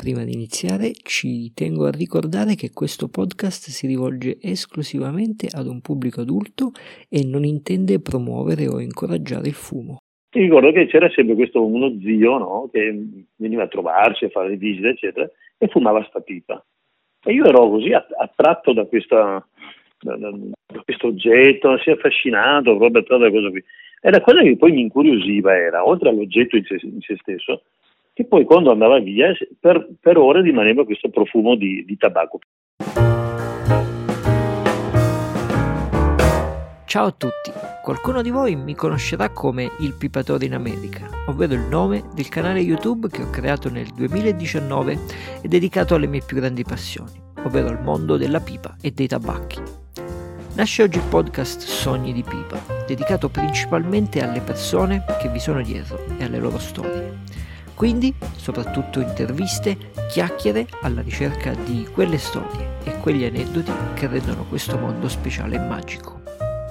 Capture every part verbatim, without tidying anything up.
Prima di iniziare ci tengo a ricordare che questo podcast si rivolge esclusivamente ad un pubblico adulto e non intende promuovere o incoraggiare il fumo. Ti ricordo che c'era sempre questo uno zio, no, che veniva a trovarci a fare le visite, eccetera, e fumava sta pipa. E io ero così attratto da questa da, da, da questo oggetto, si è affascinato proprio attratto da cosa qui. E la cosa che poi mi incuriosiva era, oltre all'oggetto in se, in se stesso, che poi quando andava via per, per ore rimaneva questo profumo di, di tabacco. Ciao a tutti, qualcuno di voi mi conoscerà come Il Pipatore in America, ovvero il nome del canale YouTube che ho creato nel duemiladiciannove e dedicato alle mie più grandi passioni, ovvero al mondo della pipa e dei tabacchi. Nasce oggi il podcast Sogni di Pipa, dedicato principalmente alle persone che vi sono dietro e alle loro storie. Quindi, soprattutto interviste, chiacchiere alla ricerca di quelle storie e quegli aneddoti che rendono questo mondo speciale e magico.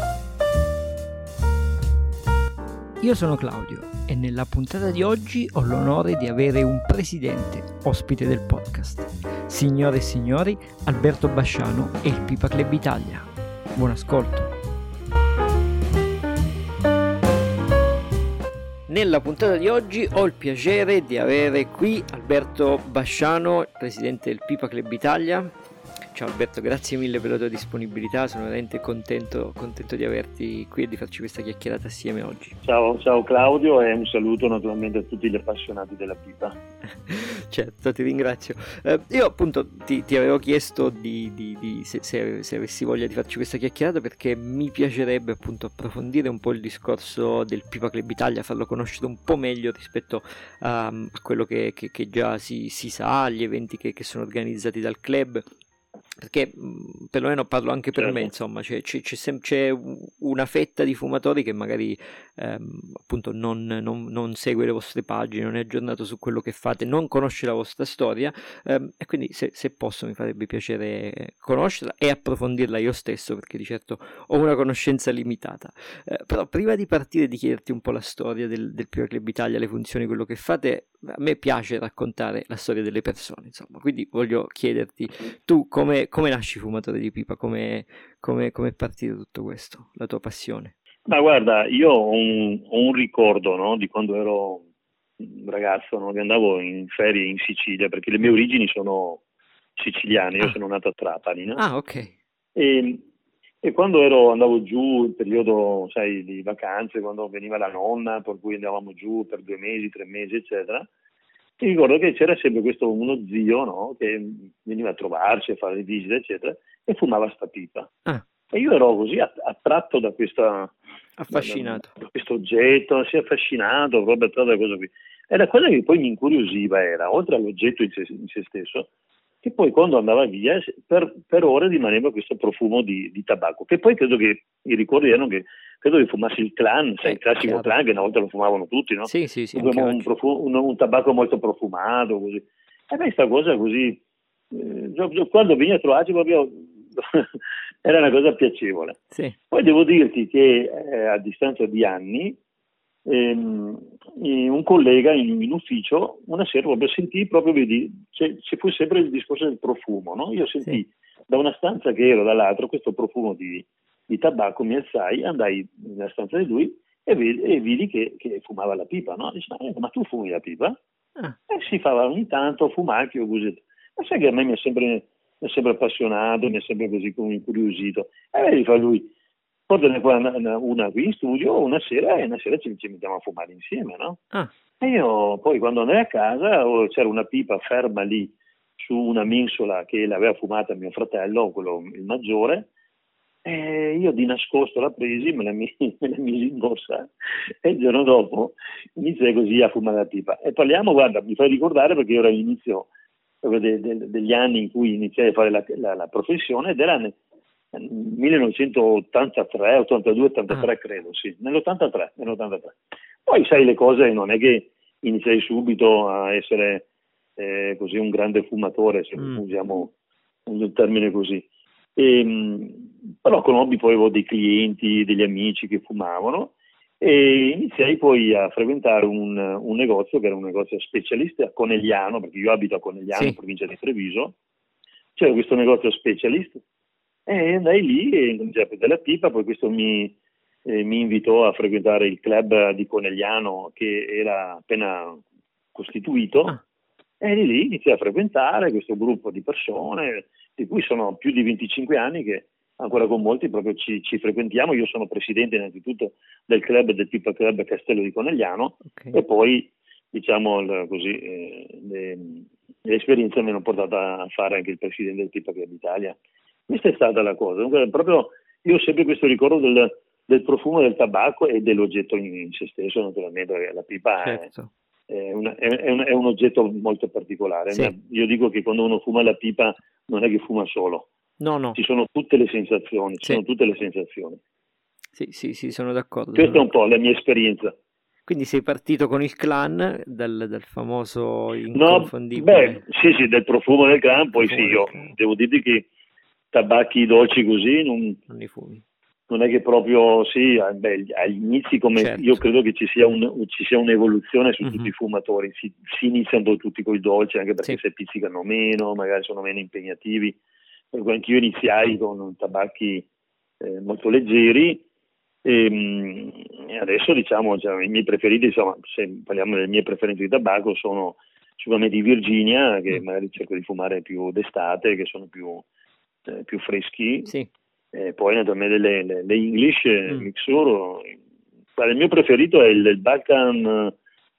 Io sono Claudio e nella puntata di oggi ho l'onore di avere un presidente ospite del podcast. Signore e signori, Alberto Basciano e il Pipa Club Italia. Buon ascolto. Nella puntata di oggi ho il piacere di avere qui Alberto Basciano, presidente del Pipa Club Italia. Ciao Alberto, grazie mille per la tua disponibilità, sono veramente contento, contento di averti qui e di farci questa chiacchierata assieme oggi. Ciao, ciao Claudio e un saluto naturalmente a tutti gli appassionati della pipa. Certo, ti ringrazio. Eh, io appunto ti, ti avevo chiesto di, di, di se, se, se avessi voglia di farci questa chiacchierata perché mi piacerebbe appunto approfondire un po' il discorso del Pipa Club Italia, farlo conoscere un po' meglio rispetto a, a quello che, che, che già si, si sa, agli eventi che, che sono organizzati dal club. Perché perlomeno parlo anche per certo. me, insomma, c'è, c'è, c'è, sem- c'è una fetta di fumatori che magari ehm, appunto non, non, non segue le vostre pagine, non è aggiornato su quello che fate, non conosce la vostra storia ehm, e quindi se, se posso mi farebbe piacere conoscerla e approfondirla io stesso, perché di certo ho una conoscenza limitata. Eh, però prima di partire e di chiederti un po' la storia del, del Pipa Club Italia, le funzioni, quello che fate, a me piace raccontare la storia delle persone, insomma, quindi voglio chiederti tu come, come nasci fumatore di pipa, come, come, come è partito tutto questo, la tua passione? Ma guarda, io ho un, ho un ricordo, no, di quando ero un ragazzo, no, che andavo in ferie in Sicilia, perché le mie origini sono siciliane, io ah. sono nato a Trapani, no? Ah, ok. E, e quando ero, andavo giù, il periodo, sai, di vacanze, quando veniva la nonna, per cui andavamo giù per due mesi, tre mesi, eccetera, ti ricordo che c'era sempre questo uno zio, no, che veniva a trovarci a fare le visite, eccetera, e fumava sta pipa. Ah. E io ero così attratto da questa affascinato da, da questo oggetto, si è affascinato proprio attratto da cosa qui. E la cosa che poi mi incuriosiva era, oltre all'oggetto in se, in se stesso, che poi quando andava via per, per ore rimaneva questo profumo di, di tabacco, che poi credo che i ricordi erano che credo che fumassi il clan, sai, eh, il classico chiaro. Clan che una volta lo fumavano tutti, no? Sì, sì, sì. Un, profumo, un, un tabacco molto profumato, così. E a me questa cosa così, eh, quando veniva a trovarci proprio era una cosa piacevole. Sì. Poi devo dirti che eh, a distanza di anni ehm, un collega in, in ufficio una sera proprio sentì proprio, vedi, c'è, c'è fu sempre il discorso del profumo, no? Io sentii sì. da una stanza che ero dall'altra questo profumo di, di tabacco, mi alzai, andai nella stanza di lui e vidi, e vidi che, che fumava la pipa, no? Dice, ma, ma tu fumi la pipa? Ah. E si fa ogni tanto fumacchio così. Ma sai che a me mi è sempre mi è sempre appassionato, mi è sempre così come incuriosito. E vedi, fa lui, portane qua una, una qui in studio una sera e una sera ci, ci mettiamo a fumare insieme, no? Ah. E io poi quando andai a casa c'era una pipa ferma lì su una mensola che l'aveva fumata mio fratello, quello il maggiore, e io di nascosto la presi, me la, me la misi in borsa e il giorno dopo iniziai così a fumare la pipa. E parliamo, guarda, mi fai ricordare perché io ero all'inizio De, de, degli anni in cui iniziai a fare la, la, la professione ed era nel millenovecentottantatré, ottantadue, ottantatré ah. credo, sì, nell'ottantatré, nell'ottantatré. Poi sai le cose, non è che iniziai subito a essere eh, così un grande fumatore, se mm. usiamo un termine così. E, però conobbi poi avevo dei clienti, degli amici che fumavano E iniziai poi a frequentare un, un negozio che era un negozio specialista a Conegliano, perché io abito a Conegliano, in Sì. provincia di Treviso. C'era questo negozio specialista e andai lì e cominciai a prendere la pipa. Poi questo mi, eh, mi invitò a frequentare il club di Conegliano, che era appena costituito, Ah. e di lì iniziai a frequentare questo gruppo di persone, di cui sono più di venticinque anni che ancora con molti proprio ci, ci frequentiamo. Io sono presidente innanzitutto del club, del Pipa Club Castello di Conegliano, Okay. e poi diciamo il- così eh, le, le esperienze mi hanno portato a fare anche il presidente del Pipa Club Italia. Questa è stata la cosa. Dunque, proprio io ho sempre questo ricordo del, del profumo del tabacco e dell'oggetto in, in se stesso, naturalmente, perché la pipa è, Certo. è, una- è- è un, è un oggetto molto particolare. Sì. Io dico che quando uno fuma la pipa non è che fuma solo, No, no. ci sono tutte le sensazioni, ci Sì. sono tutte le sensazioni. Sì, sì, sì, sono d'accordo. Questa sono è un po' la mia esperienza. Quindi sei partito con il clan, dal, dal famoso No, inconfondibile beh, sì, sì, del profumo del clan, poi sì, profumo del io clan. devo dirti che tabacchi dolci così non, Non ne fumi. non è che proprio, sì, eh, beh, agli inizi come Certo. io credo che ci sia, un, ci sia un'evoluzione su Mhm. tutti i fumatori, si, si iniziano poi tutti con i dolci, anche perché Sì. si pizzicano meno, magari sono meno impegnativi, per cui anch'io iniziai con tabacchi eh, molto leggeri. E, mh, e adesso diciamo cioè, i miei preferiti, insomma, se parliamo delle mie preferenze di tabacco, sono sicuramente i Virginia, che Mm. magari cerco di fumare più d'estate, che sono più, eh, più freschi. Sì. E poi naturalmente le, le, le English eh, Mm. Mixuro. Guarda, il mio preferito è il, il Balkan,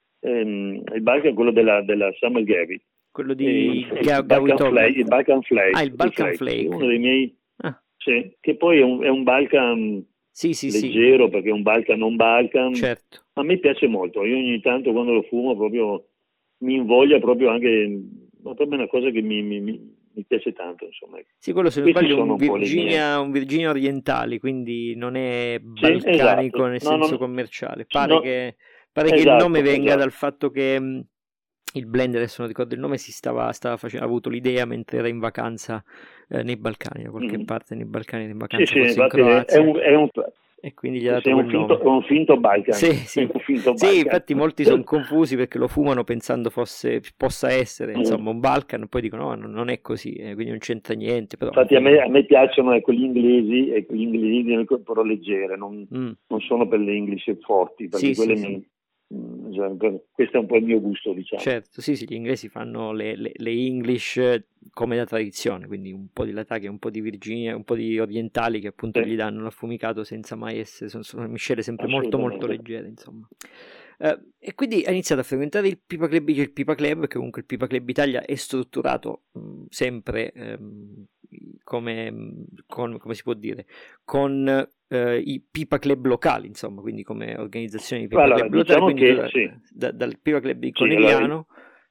ehm, il Balkan, quello della, della Samuel Gavi. Quello E di il, Ga- il Balkan Gawitoga. Flake, il Balkan Flake, Ah, il Balkan il Flake, Flake. uno dei miei, Ah, sì, che poi è un, è un Balkan sì, sì, sì, leggero, perché è un Balkan non Balkan. certo. A me piace molto, io ogni tanto quando lo fumo proprio mi invoglia proprio anche, ma proprio è una cosa che mi, mi, mi mi piace tanto, insomma. Sì, quello se non Questi sbaglio è sono un un po' le mie. Virginia, un Virginia orientali, quindi non è Sì, esatto. balcanico nel No, senso non- commerciale. Pare no, che, pare che il nome esatto, venga esatto. dal fatto che mh, il blend, adesso non ricordo il nome, si stava, stava facendo, ha avuto l'idea mentre era in vacanza eh, nei Balcani, da qualche Mhm. parte nei Balcani, in Sì, vacanza sì, forse in infatti è, è Croazia, un, è un, e quindi gli ha sì, sì, dato è un quel finto, nome. è un finto Balkan. Sì, È sì, un finto sì, Balkan. infatti molti sono confusi perché lo fumano pensando fosse, possa essere Mm. insomma un Balkan, poi dicono no, non non è così, eh, quindi non c'entra niente, però alla Infatti a me, fine... a me piacciono ecco, gli inglesi, e gli inglesi però leggere, non, Mm. non sono per le English forti, perché Sì, quelle sì, sì. mi, mm, cioè, per- questo è un po' il mio gusto, diciamo. Certo, sì, sì, gli inglesi fanno le, le- le English eh, come da tradizione, quindi un po' di Latakia, un po' di Virginia, un po' di orientali che appunto Sì, gli danno l'affumicato senza mai essere, sono, sono miscele sempre molto molto assolutamente. leggere, insomma. Eh, e quindi ha iniziato a frequentare il Pipa Club, il Pipa Club, che comunque il Pipa Club Italia è strutturato mh, sempre ehm, come, mh, con, come si può dire, con eh, i Pipa Club locali, insomma, quindi come organizzazione di Pipa Allora, Club locali, diciamo quindi tu che da- sì, da- dal Pipa Club di sì, allora, Conegliano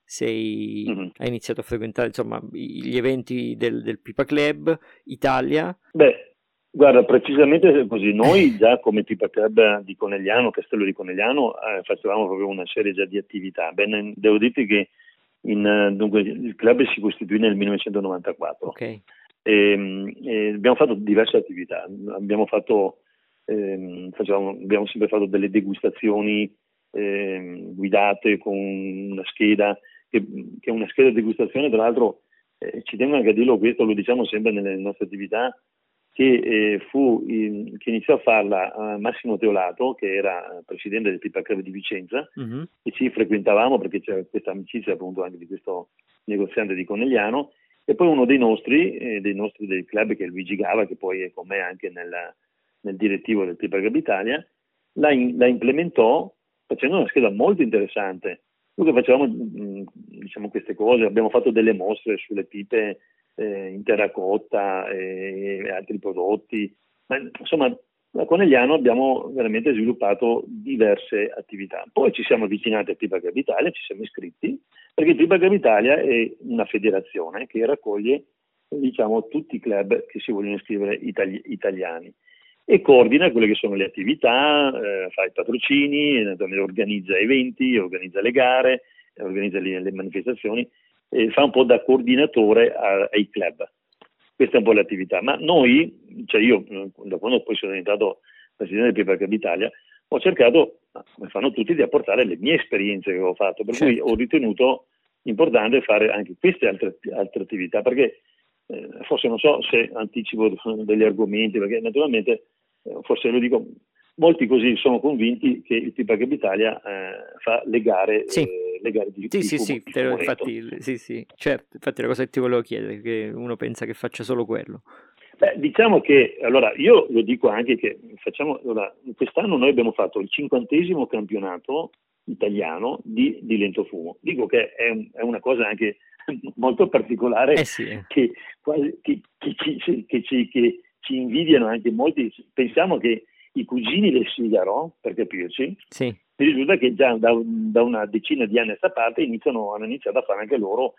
sei, mhm. hai iniziato a frequentare insomma i- gli eventi del, del Pipa Club Italia. Beh, guarda, precisamente così, noi già come Pipa Club di Conegliano, Castello di Conegliano, eh, facevamo proprio una serie già di attività. Bene, devo dirti che in, eh, dunque, il club si costituì nel millenovecentonovantaquattro. Ok. E, e abbiamo fatto diverse attività, abbiamo, fatto, ehm, facevamo, abbiamo sempre fatto delle degustazioni ehm, guidate con una scheda, che, che è una scheda di degustazione, tra l'altro eh, ci tengo anche a dirlo, questo lo diciamo sempre nelle nostre attività, che, eh, fu in, che iniziò a farla uh, Massimo Teolato, che era presidente del Pipa Club di Vicenza, Mhm. e ci frequentavamo perché c'era questa amicizia appunto anche di questo negoziante di Conegliano. E poi uno dei nostri, eh, dei nostri del club, che è il Luigi Gava, che poi è con me anche nella, nel direttivo del Pipa Club Italia, la, in, la implementò facendo una scheda molto interessante. Noi facevamo mh, diciamo queste cose, abbiamo fatto delle mostre sulle pipe eh, in terracotta e, e altri prodotti, ma insomma a Conegliano abbiamo veramente sviluppato diverse attività. Poi ci siamo avvicinati a Pipa Club Italia, ci siamo iscritti, perché il Pipa Club Italia è una federazione che raccoglie diciamo, tutti i club che si vogliono iscrivere itali- italiani e coordina quelle che sono le attività, eh, fa i patrocini, organizza eventi, organizza le gare, organizza le, le manifestazioni, e fa un po' da coordinatore a, ai club. Questa è un po' l'attività. Ma noi, cioè io, da quando poi sono diventato presidente del Pipa Club Italia, ho cercato, come fanno tutti, di apportare le mie esperienze che avevo fatto, per Certo. cui ho ritenuto importante fare anche queste altre, altre attività, perché eh, forse non so se anticipo degli argomenti, perché naturalmente, eh, forse lo dico, molti così sono convinti che il Tea Bag Club Italia eh, fa le gare, Sì. eh, le gare di, Sì, di, sì, fumo, sì, di te lo- fumoretto. infatti, sì, sì, certo, infatti la cosa che ti volevo chiedere, che uno pensa che faccia solo quello. Beh, diciamo che, allora, io lo dico anche che facciamo, allora, quest'anno noi abbiamo fatto il cinquantesimo campionato italiano di, di lento fumo. Dico che è, un- è una cosa anche molto particolare Eh sì, eh. che, quasi- che- che ci, che ci- che ci invidiano anche molti. Pensiamo che i cugini del sigaro, per capirci, Sì. mi risulta che già da, un- da una decina di anni a questa parte iniziano, hanno iniziato a fare anche loro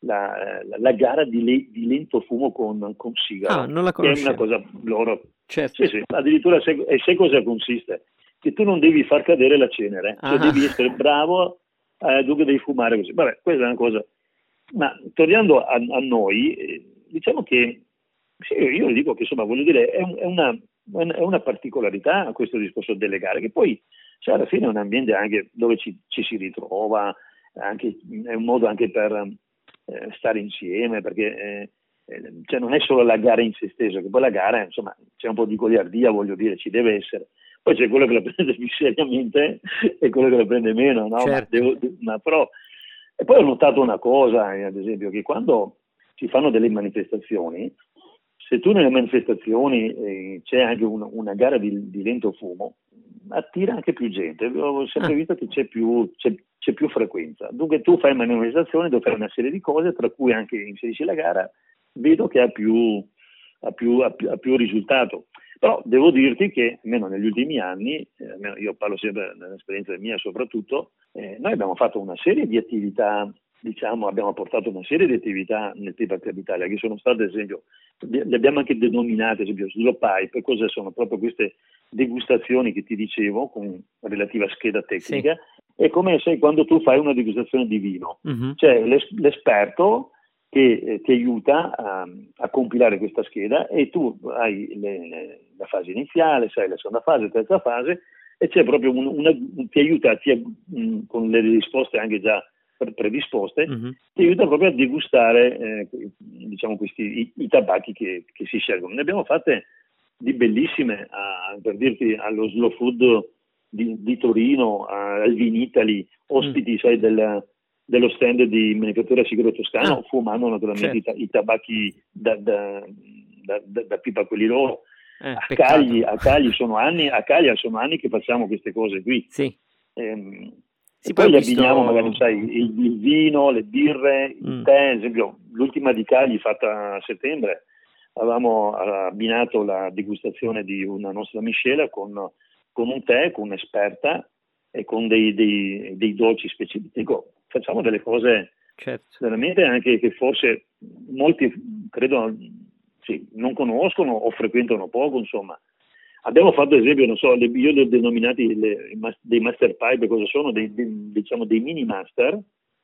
la, la- la gara di, le- di lento fumo con, con sigaro, Ah, non la che è una conoscevo. cosa loro. Certo. Sì, sì, addirittura sai, e sai cosa consiste? Che tu non devi far cadere la cenere, cioè Ah, devi essere bravo, eh, dunque devi fumare così. Vabbè, questa è una cosa. Ma tornando a, a noi, eh, diciamo che sì, io le dico che insomma, voglio dire, è, un- è una, è una particolarità questo discorso delle gare, che poi cioè, alla fine è un ambiente anche dove ci, ci si ritrova, anche, è un modo anche per eh, stare insieme, perché eh, eh, cioè non è solo la gara in se stessa, che poi la gara, insomma, c'è un po' di goliardia, voglio dire, ci deve essere. Poi c'è quello che la prende più seriamente e quello che la prende meno, no? Ma, certo. devo, ma però... E poi ho notato una cosa, eh, ad esempio, che quando si fanno delle manifestazioni, se tu nelle manifestazioni eh, c'è anche un- una gara di, di lento fumo, attira anche più gente. Ho sempre Ah, visto che c'è più, c'è, c'è più frequenza. Dunque tu fai una manifestazione dove fai una serie di cose, tra cui anche inserisci la gara, vedo che ha più, ha più, ha più, ha più risultato. Però devo dirti che, almeno negli ultimi anni, eh, almeno io parlo sempre dell'esperienza mia soprattutto, eh, noi abbiamo fatto una serie di attività, diciamo, abbiamo portato una serie di attività nel Tea Bag Club Italia, che sono state, ad esempio, le abbiamo anche denominate, ad esempio, slow pipe. Cosa sono? Proprio queste degustazioni che ti dicevo, con relativa scheda tecnica. Sì. È come se quando tu fai una degustazione di vino, mhm. c'è l'es- l'esperto che eh, ti aiuta a, a compilare questa scheda e tu hai le, le, la fase iniziale, sai la seconda fase, la terza fase, e c'è proprio un, una, ti aiuta ti, mh, con le risposte anche già predisposte, Mhm. ti aiuta proprio a degustare eh, diciamo questi, i, i tabacchi che, che si scelgono. Ne abbiamo fatte di bellissime, a, per dirti, allo Slow Food di, di Torino, al Vinitali, ospiti, Mm. sai, del, dello stand di Manifattura Sigaro Toscano, Ah, fumando naturalmente certo. i, ta- i tabacchi da, da, da, da, da pipa quelli loro. Eh, A peccato. Cagli, a Cagli sono anni, a Cagli sono anni che facciamo queste cose qui. Sì. Ehm, Sì, e poi poi ho li visto... abbiniamo magari, sai, il, il vino, le birre, il Mm. tè, ad esempio, l'ultima di Cagli fatta a settembre, avevamo abbinato la degustazione di una nostra miscela con, con un tè, con un'esperta e con dei, dei, dei dolci specifici. Dico, facciamo delle cose Certo. veramente anche che forse molti credo sì, non conoscono o frequentano poco, insomma. Abbiamo fatto, ad esempio, non so, le, io li ho denominati le, dei master pipe, cosa sono? Dei, dei, diciamo dei mini master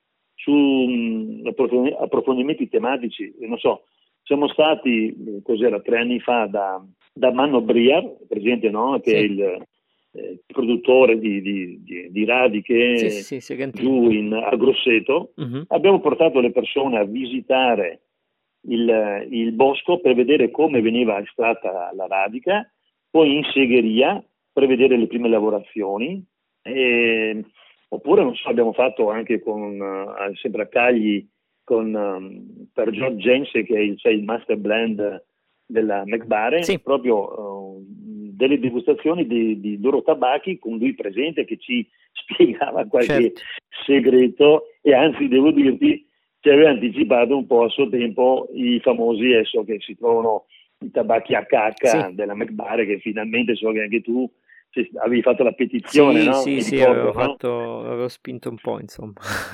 su mh, approfondimenti tematici. Non so, siamo stati, cos'era, tre anni fa da, da Manno Briar, presente, no? Che Sì. è il eh, produttore di, di, di, di radiche Sì, sì, sì, giù in, a Grosseto. mm-hmm. Abbiamo portato le persone a visitare il, il bosco per vedere come veniva estratta la radica, poi in segheria per vedere le prime lavorazioni, e, oppure non so, abbiamo fatto anche con, uh, sempre a Cagli, con, um, per George Jensen, che è il, cioè il master blend della McBare, Sì. proprio uh, delle degustazioni di, di loro tabacchi con lui presente che ci spiegava qualche certo. segreto, e anzi devo dirti ci aveva anticipato un po' a suo tempo i famosi, adesso che si trovano i tabacchi a cacca, sì, della McBare, che finalmente so che anche tu avevi fatto la petizione, sì, no? Sì, Mi sì, ricordo, avevo, no? fatto, avevo spinto un po', insomma.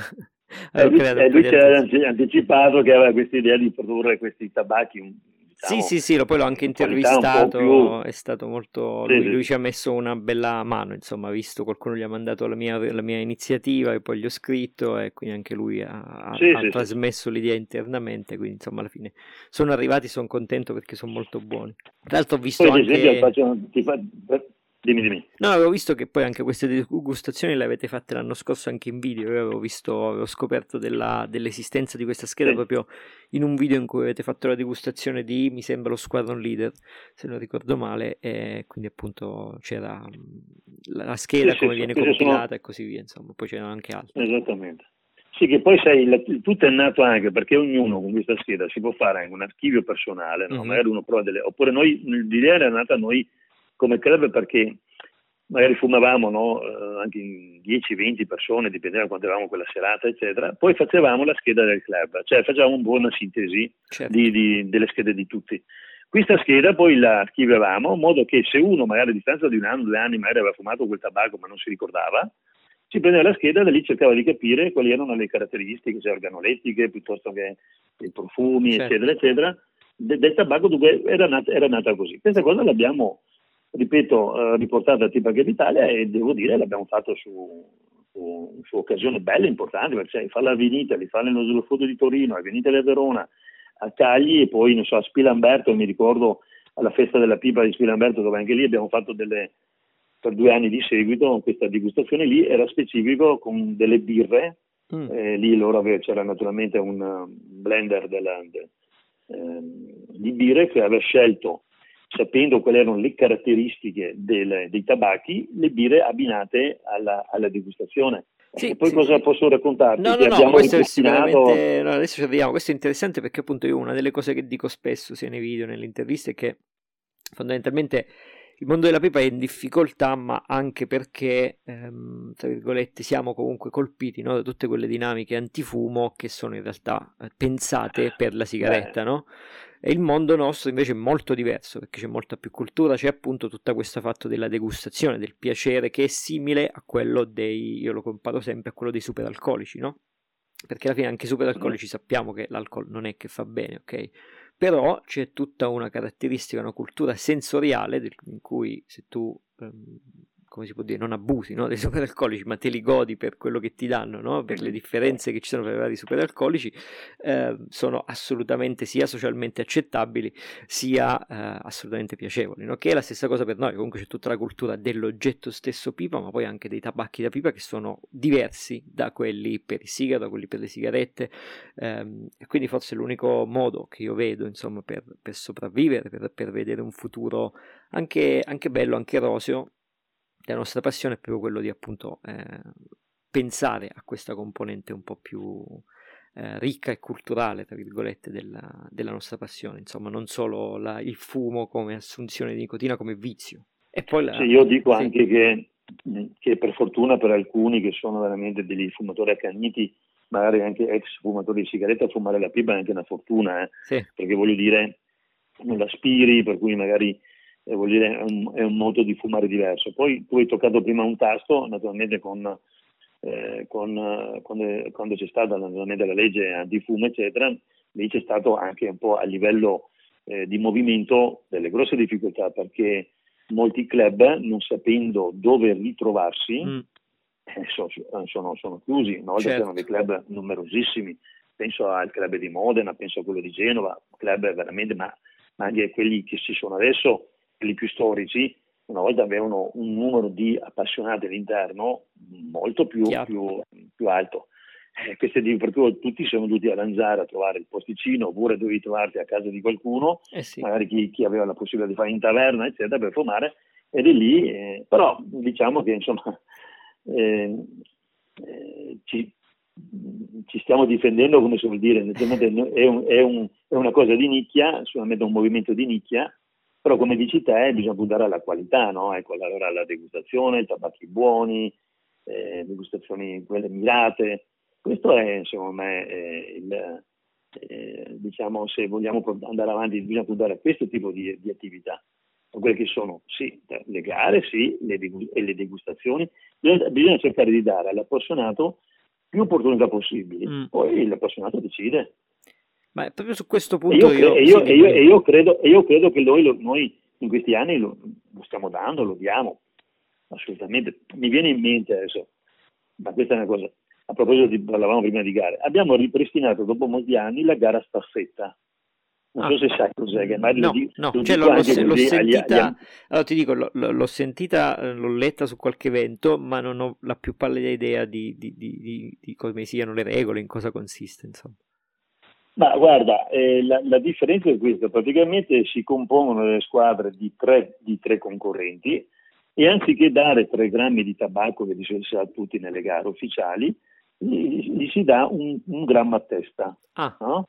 E lui, creato e un po' lui di ci aveva attenzione. anticipato che aveva questa idea di produrre questi tabacchi, diciamo, sì, sì, sì, poi l'ho anche in qualità un po' intervistato, più... è stato molto... Sì, Lui, sì. lui ci ha messo una bella mano, insomma, visto qualcuno gli ha mandato la mia, la mia iniziativa e poi gli ho scritto e quindi anche lui ha, Sì, ha sì, trasmesso sì. l'idea internamente, quindi insomma alla fine sono arrivati, sono contento perché sono molto buoni. Tra l'altro ho visto Poi ad esempio anche... faccio, ti fa, Dimmi, dimmi. No, avevo visto che poi anche queste degustazioni le avete fatte l'anno scorso anche in video. Io avevo visto, avevo scoperto della, dell'esistenza di questa scheda Sì. proprio in un video in cui avete fatto la degustazione di, mi sembra, lo Squadron Leader, se non ricordo male, e quindi appunto c'era la, la scheda, Sì, come sì, viene sì, compilata sono... e così via, insomma, poi c'erano anche altri. Esattamente. Sì, che poi sai, la, tutto è nato anche perché ognuno con questa scheda si può fare anche un archivio personale, no? Mm-hmm. Magari uno prova delle... Oppure noi, l'idea era nata noi come club perché magari fumavamo, no? eh, anche in dieci venti persone, dipendeva quando eravamo quella serata, eccetera. Poi facevamo la scheda del club, cioè facevamo una buona sintesi Certo. di, di, delle schede di tutti. Questa scheda poi la archiviavamo in modo che se uno magari a distanza di un anno, due anni, magari aveva fumato quel tabacco ma non si ricordava, si prendeva la scheda e da lì cercava di capire quali erano le caratteristiche, se organolettiche, piuttosto che i profumi, certo. eccetera, eccetera, de, del tabacco, dunque era nata, era nata così. Questa cosa l'abbiamo, ripeto, eh, riportata a T-Packet Italia e devo dire l'abbiamo fatto su, su, su occasioni belle, importanti, perché farla a Vinitaly, farla nello Slofodo di Torino, a Vinitaly a Verona, a Cagli e poi, non so, a Spilamberto, mi ricordo alla festa della pipa di Spilamberto, dove anche lì abbiamo fatto delle... per due anni di seguito questa degustazione lì era specifico con delle birre, mm. eh, lì loro aveva, c'era naturalmente un blender della, de, eh, di birre che aveva scelto, sapendo quali erano le caratteristiche del, dei tabacchi, le birre abbinate alla, alla degustazione. Sì, e poi sì, cosa sì. posso raccontarti? No, che no, no, abbiamo questo è ripristinato... sicuramente... No, adesso ci arriviamo. Questo è interessante perché appunto io una delle cose che dico spesso sia nei video, nelle interviste, è che fondamentalmente il mondo della pipa è in difficoltà, ma anche perché, ehm, tra virgolette, siamo comunque colpiti, no, da tutte quelle dinamiche antifumo che sono in realtà eh, pensate per la sigaretta, Beh. no? E il mondo nostro invece è molto diverso, perché c'è molta più cultura, c'è appunto tutta questa fatto della degustazione, del piacere, che è simile a quello dei, io lo comparo sempre a quello dei superalcolici, no? Perché alla fine anche i superalcolici sappiamo che l'alcol non è che fa bene, ok? Però c'è tutta una caratteristica, una cultura sensoriale del, in cui se tu, ehm, come si può dire, non abusi, no, dei superalcolici, ma te li godi per quello che ti danno, no? Per le differenze che ci sono tra i vari superalcolici, eh, sono assolutamente sia socialmente accettabili sia eh, assolutamente piacevoli, no? Che è la stessa cosa per noi. Comunque c'è tutta la cultura dell'oggetto stesso pipa, ma poi anche dei tabacchi da pipa che sono diversi da quelli per il sigaro, da quelli per le sigarette, ehm, e quindi forse l'unico modo che io vedo, insomma, per, per sopravvivere, per, per vedere un futuro anche, anche bello, anche roseo, la nostra passione è proprio quello di appunto eh, pensare a questa componente un po' più eh, ricca e culturale, tra virgolette, della, della nostra passione, insomma, non solo la, il fumo come assunzione di nicotina, come vizio. E poi la, sì, io dico sì. anche che, che per fortuna per alcuni che sono veramente degli fumatori accaniti, magari anche ex fumatori di sigaretta, fumare la pipa è anche una fortuna, eh? Sì. Perché voglio dire, non l'aspiri, per cui magari eh, voglio dire, è, un, è un modo di fumare diverso. Poi tu hai toccato prima un tasto, naturalmente con, eh, con quando, quando c'è stata naturalmente la legge antifumo, eccetera, lì c'è stato anche un po' a livello eh, di movimento delle grosse difficoltà, perché molti club, non sapendo dove ritrovarsi, mm. eh, sono, sono, sono chiusi. Una volta c'erano dei club numerosissimi, penso al club di Modena, penso a quello di Genova, club veramente, ma, ma anche quelli che ci sono adesso, quelli più storici, una volta avevano un numero di appassionati all'interno molto più, più, più alto. Eh, queste per cui tutti siamo dovuti arrangiare a trovare il posticino, oppure dovevi trovarti a casa di qualcuno, eh sì. magari chi, chi aveva la possibilità di fare in taverna, eccetera, per fumare, ed è lì, eh, però diciamo che insomma eh, eh, ci, ci stiamo difendendo, come si vuol dire, è, un, è, un, è una cosa di nicchia, solamente un movimento di nicchia, però come dici te bisogna puntare alla qualità, no? Ecco, allora la degustazione, tabacchi buoni, eh, degustazioni quelle mirate. Questo è, secondo me, eh, il, eh, diciamo, se vogliamo andare avanti, bisogna puntare a questo tipo di, di attività. Quelle che sono, sì, le gare, sì, le, e le degustazioni. Bisogna, bisogna cercare di dare all'appassionato più opportunità possibili. Mm. Poi l'appassionato decide. Ma proprio su questo punto e io, io, e io, sì, e io, e io, credo, e io credo che noi, lo, noi in questi anni lo, lo stiamo dando, lo diamo, assolutamente. Mi viene in mente adesso, ma questa è una cosa... A proposito, di, parlavamo prima di gare, abbiamo ripristinato dopo molti anni la gara staffetta. Non Ah. so se sai cos'è, che magari No, lo dico, no, lo cioè dico l'ho, l'ho anche se- l'ho così agli, agli sentita, am- allora ti dico, l'ho, l'ho- l'ho sentita, eh, l'ho letta su qualche evento, ma non ho la più pallida idea di, di- di- di- di come siano le regole, in cosa consiste, insomma. Ma guarda, eh, la, la differenza è questa: praticamente si compongono le squadre di tre, di tre concorrenti, e anziché dare tre grammi di tabacco che di solito si dà a tutti nelle gare ufficiali, gli, gli si dà un, un grammo a testa, Ah, no?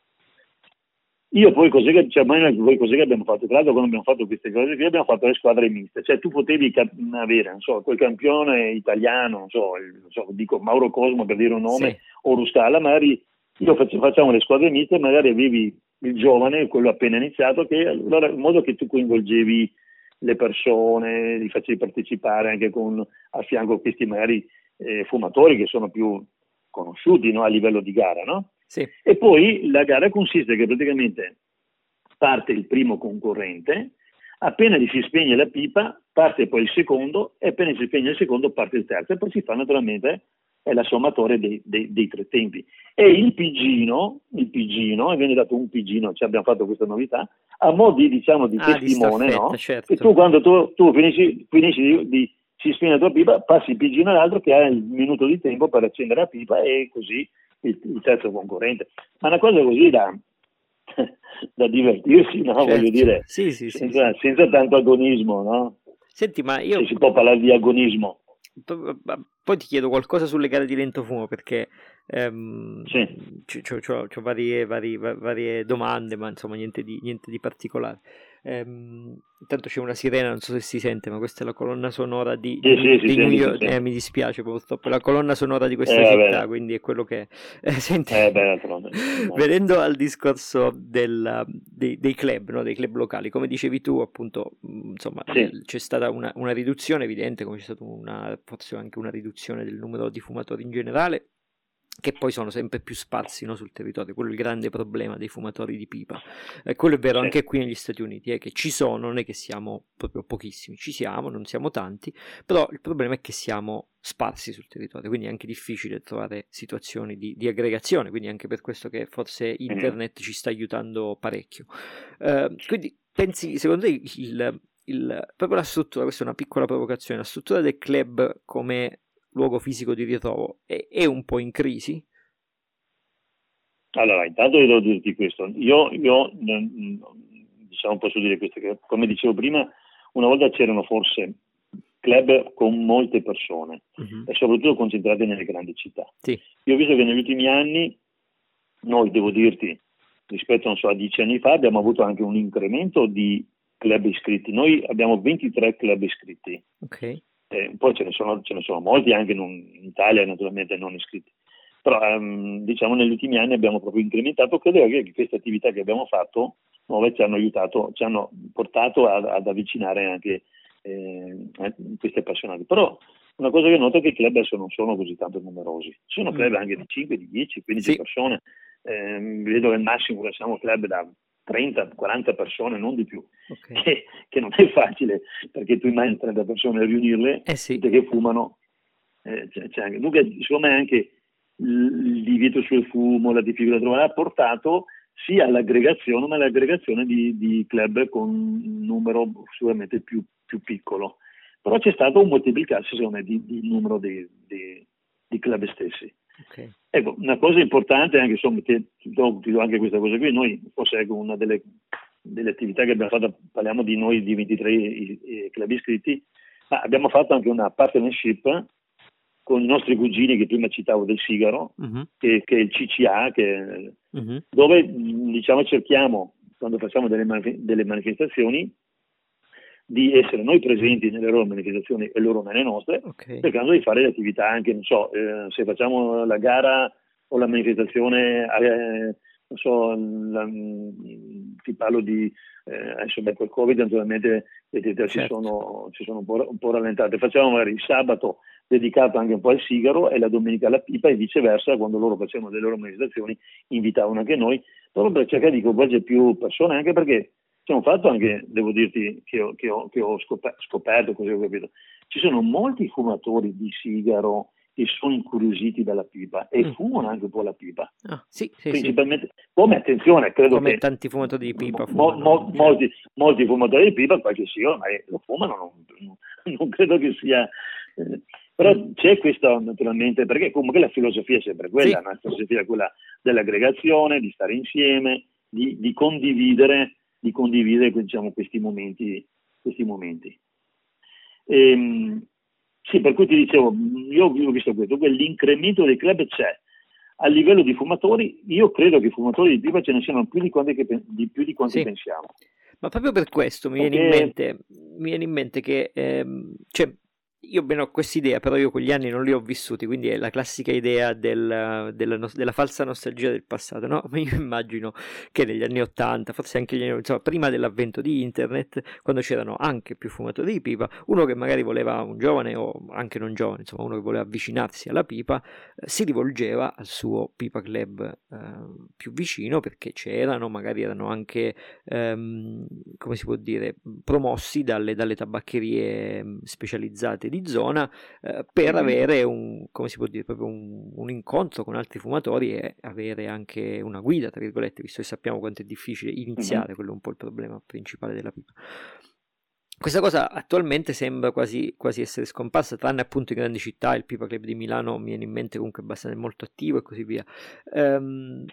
Io poi cos'è che, cioè, ma noi poi cos'è che abbiamo fatto? Tra l'altro, quando abbiamo fatto queste cose qui, abbiamo fatto le squadre miste, cioè tu potevi cap- avere, non so, quel campione italiano, non so, il- non so, dico Mauro Cosmo per dire un sì, nome, o Ruscalla, magari io faccio, facciamo le squadre miste, magari avevi il giovane, quello appena iniziato, che allora, in modo che tu coinvolgevi le persone, li facevi partecipare anche con a fianco questi magari eh, fumatori che sono più conosciuti, no, a livello di gara, no? sì. E poi la gara consiste che praticamente parte il primo concorrente, appena gli si spegne la pipa parte poi il secondo, e appena si spegne il secondo parte il terzo, e poi si fa naturalmente è la sommatoria dei, dei, dei tre tempi. E il pigino, il pigino, e viene dato un pigino, cioè abbiamo fatto questa novità, a mo' di, diciamo, di Ah, di testimone, staffetta, no? Che tu certo. quando tu, tu finisci, finisci di, di si spegne la tua pipa, passi il pigino all'altro che ha il minuto di tempo per accendere la pipa, e così il, il terzo concorrente. Ma una cosa così da, da divertirsi, no? Voglio Certo, dire, sì, sì, sì, sì. senza, senza tanto agonismo, no? Senti, ma Se io si può parlare di agonismo. p- p- poi ti chiedo qualcosa sulle gare di lento fumo perché ehm, Sì, ho varie, vari- va- varie domande, ma insomma niente di, niente di particolare. Ehm, intanto c'è una sirena, non so se si sente, ma questa è la colonna sonora di, di sì, New, sì, si di New sente, si York. Eh, sente. mi dispiace purtroppo, è la colonna sonora di Eh, questa va città, bene. quindi è quello che è. Eh, senti, Eh, beh, d'altronde, immagino. venendo al discorso del- dei, dei club, no? Dei club locali, come dicevi tu, appunto, mh, insomma, Sì, le- c'è stata una, una riduzione evidente, come c'è stata una, forse anche una riduzione del numero di fumatori in generale, che poi sono sempre più sparsi, no, sul territorio. Quello è il grande problema dei fumatori di pipa. E quello è vero sì. anche qui negli Stati Uniti, è che ci sono, non è che siamo proprio pochissimi, ci siamo, non siamo tanti, però il problema è che siamo sparsi sul territorio, quindi è anche difficile trovare situazioni di, di aggregazione, quindi anche per questo che forse Mhm. internet ci sta aiutando parecchio. Eh, quindi pensi, secondo te, il, il- proprio la struttura, questa è una piccola provocazione, la struttura del club come luogo fisico di ritrovo è, è un po' in crisi? Allora, intanto io devo dirti questo. Io, io mm, diciamo, posso dire questo, che come dicevo prima, una volta c'erano forse club con molte persone, Mhm. e soprattutto concentrate nelle grandi città. Sì, Io ho visto che negli ultimi anni, noi, devo dirti, rispetto, non so, a dieci anni fa, abbiamo avuto anche un incremento di club iscritti. Noi abbiamo ventitré club iscritti. ok, Eh, poi ce ne, sono, ce ne sono molti anche non, in Italia, naturalmente non iscritti. Però ehm, diciamo negli ultimi anni abbiamo proprio incrementato. Credo che queste attività che abbiamo fatto nuove ci hanno aiutato, ci hanno portato ad, ad avvicinare anche eh, questi appassionati. Però una cosa che noto è che i club adesso non sono così tanto numerosi. Ci sono club mm, anche di cinque, di dieci, quindici sì, persone. Eh, vedo che al massimo che siamo club da trenta quaranta persone, non di più, ok, che, che non è facile, perché tu immagini trenta persone a riunirle, eh sì, tutte che fumano. Eh, c'è, c'è anche, dunque, secondo me anche il divieto sul fumo, la difficoltà di trovare, ha portato sia all'aggregazione, ma all'aggregazione di, di club con un numero sicuramente più, più piccolo. Però c'è stato un moltiplicarsi, secondo me, di, di numero di, di, di club stessi. ok, Ecco, una cosa importante, anche insomma, che ti do, ti do anche questa cosa qui, noi, forse ecco, una delle, delle attività che abbiamo fatto, parliamo di noi di ventitré i, i club iscritti, ma abbiamo fatto anche una partnership con i nostri cugini che prima citavo del sigaro, mhm, che, che è il C C A, che, mhm, dove diciamo cerchiamo, quando facciamo delle, manif- delle manifestazioni, di essere noi presenti nelle loro manifestazioni e loro nelle nostre, ok, cercando di fare le attività anche, non so, eh, se facciamo la gara o la manifestazione, eh, non so, la, ti parlo di, eh, adesso beh, col Covid naturalmente le attività si certo, sono, si sono un, po', un po' rallentate, facciamo magari il sabato dedicato anche un po' al sigaro e la domenica alla pipa, e viceversa, quando loro facevano le loro manifestazioni invitavano anche noi, proprio per cercare di coinvolgere più persone, anche perché c'è un fatto anche, devo dirti, che ho, che ho, che ho scoperto, così ho capito. Ci sono molti fumatori di sigaro che sono incuriositi dalla pipa e Mm. fumano anche un po' la pipa. Ah, sì, sì, sì. Principalmente, come attenzione, credo Come che tanti fumatori di pipa mo- fumano. mo- Certo. molti, molti fumatori di pipa, qualche sì, ormai lo fumano, non, non credo che sia... eh, però Mm. c'è questo naturalmente, perché comunque la filosofia è sempre quella, Sì. no? La filosofia è quella dell'aggregazione, di stare insieme, di, di condividere, di condividere diciamo, questi momenti. Questi momenti. Ehm, sì, per cui ti dicevo, io ho visto questo, l'incremento dei club c'è. A livello di fumatori, io credo che i fumatori di pipa ce ne siano più di quanti, che, di più di quanti Sì. pensiamo. Ma proprio per questo mi viene in Perché mente, mi viene in mente che, ehm, cioè, io bene ho quest'idea, però io quegli anni non li ho vissuti, quindi è la classica idea del- della, nos- della falsa nostalgia del passato, no? Ma io immagino che negli anni ottanta, forse anche gli anni, insomma, prima dell'avvento di internet, quando c'erano anche più fumatori di pipa, uno che magari voleva, un giovane o anche non giovane, insomma, uno che voleva avvicinarsi alla pipa, eh, si rivolgeva al suo pipa club eh, più vicino, perché c'erano, magari erano anche ehm, come si può dire, promossi dalle, dalle tabaccherie mh, specializzate di zona eh, per Mhm. avere un, come si può dire, proprio un, un incontro con altri fumatori e avere anche una guida, tra virgolette, visto che sappiamo quanto è difficile iniziare, Mhm. quello è un po' il problema principale della pipa. Questa cosa attualmente sembra quasi, quasi essere scomparsa, tranne appunto in grandi città, il Pipa Club di Milano mi viene in mente comunque abbastanza molto attivo e così via. Ehm,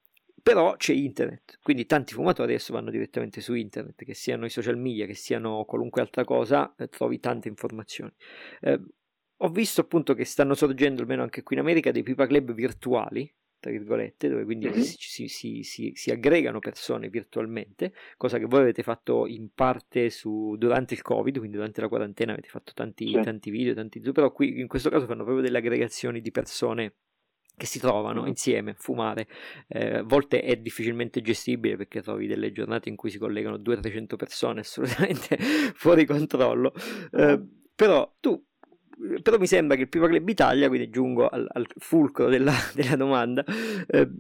però c'è internet, quindi tanti fumatori adesso vanno direttamente su internet, che siano i social media, che siano qualunque altra cosa, eh, trovi tante informazioni. Eh, ho visto appunto che stanno sorgendo, almeno anche qui in America, dei Pipa Club virtuali, tra virgolette, dove quindi Mhm. si, si, si, si, si aggregano persone virtualmente, cosa che voi avete fatto in parte su, durante il Covid, quindi durante la quarantena avete fatto tanti, Sì. tanti video, tanti zoom, però qui in questo caso fanno proprio delle aggregazioni di persone che si trovano Mhm. insieme a fumare. Eh, a volte è difficilmente gestibile perché trovi delle giornate in cui si collegano duecento trecento persone assolutamente fuori controllo. Eh, Mhm. però tu però mi sembra che il Pipa Club Italia, quindi giungo al, al fulcro della, della domanda, eh,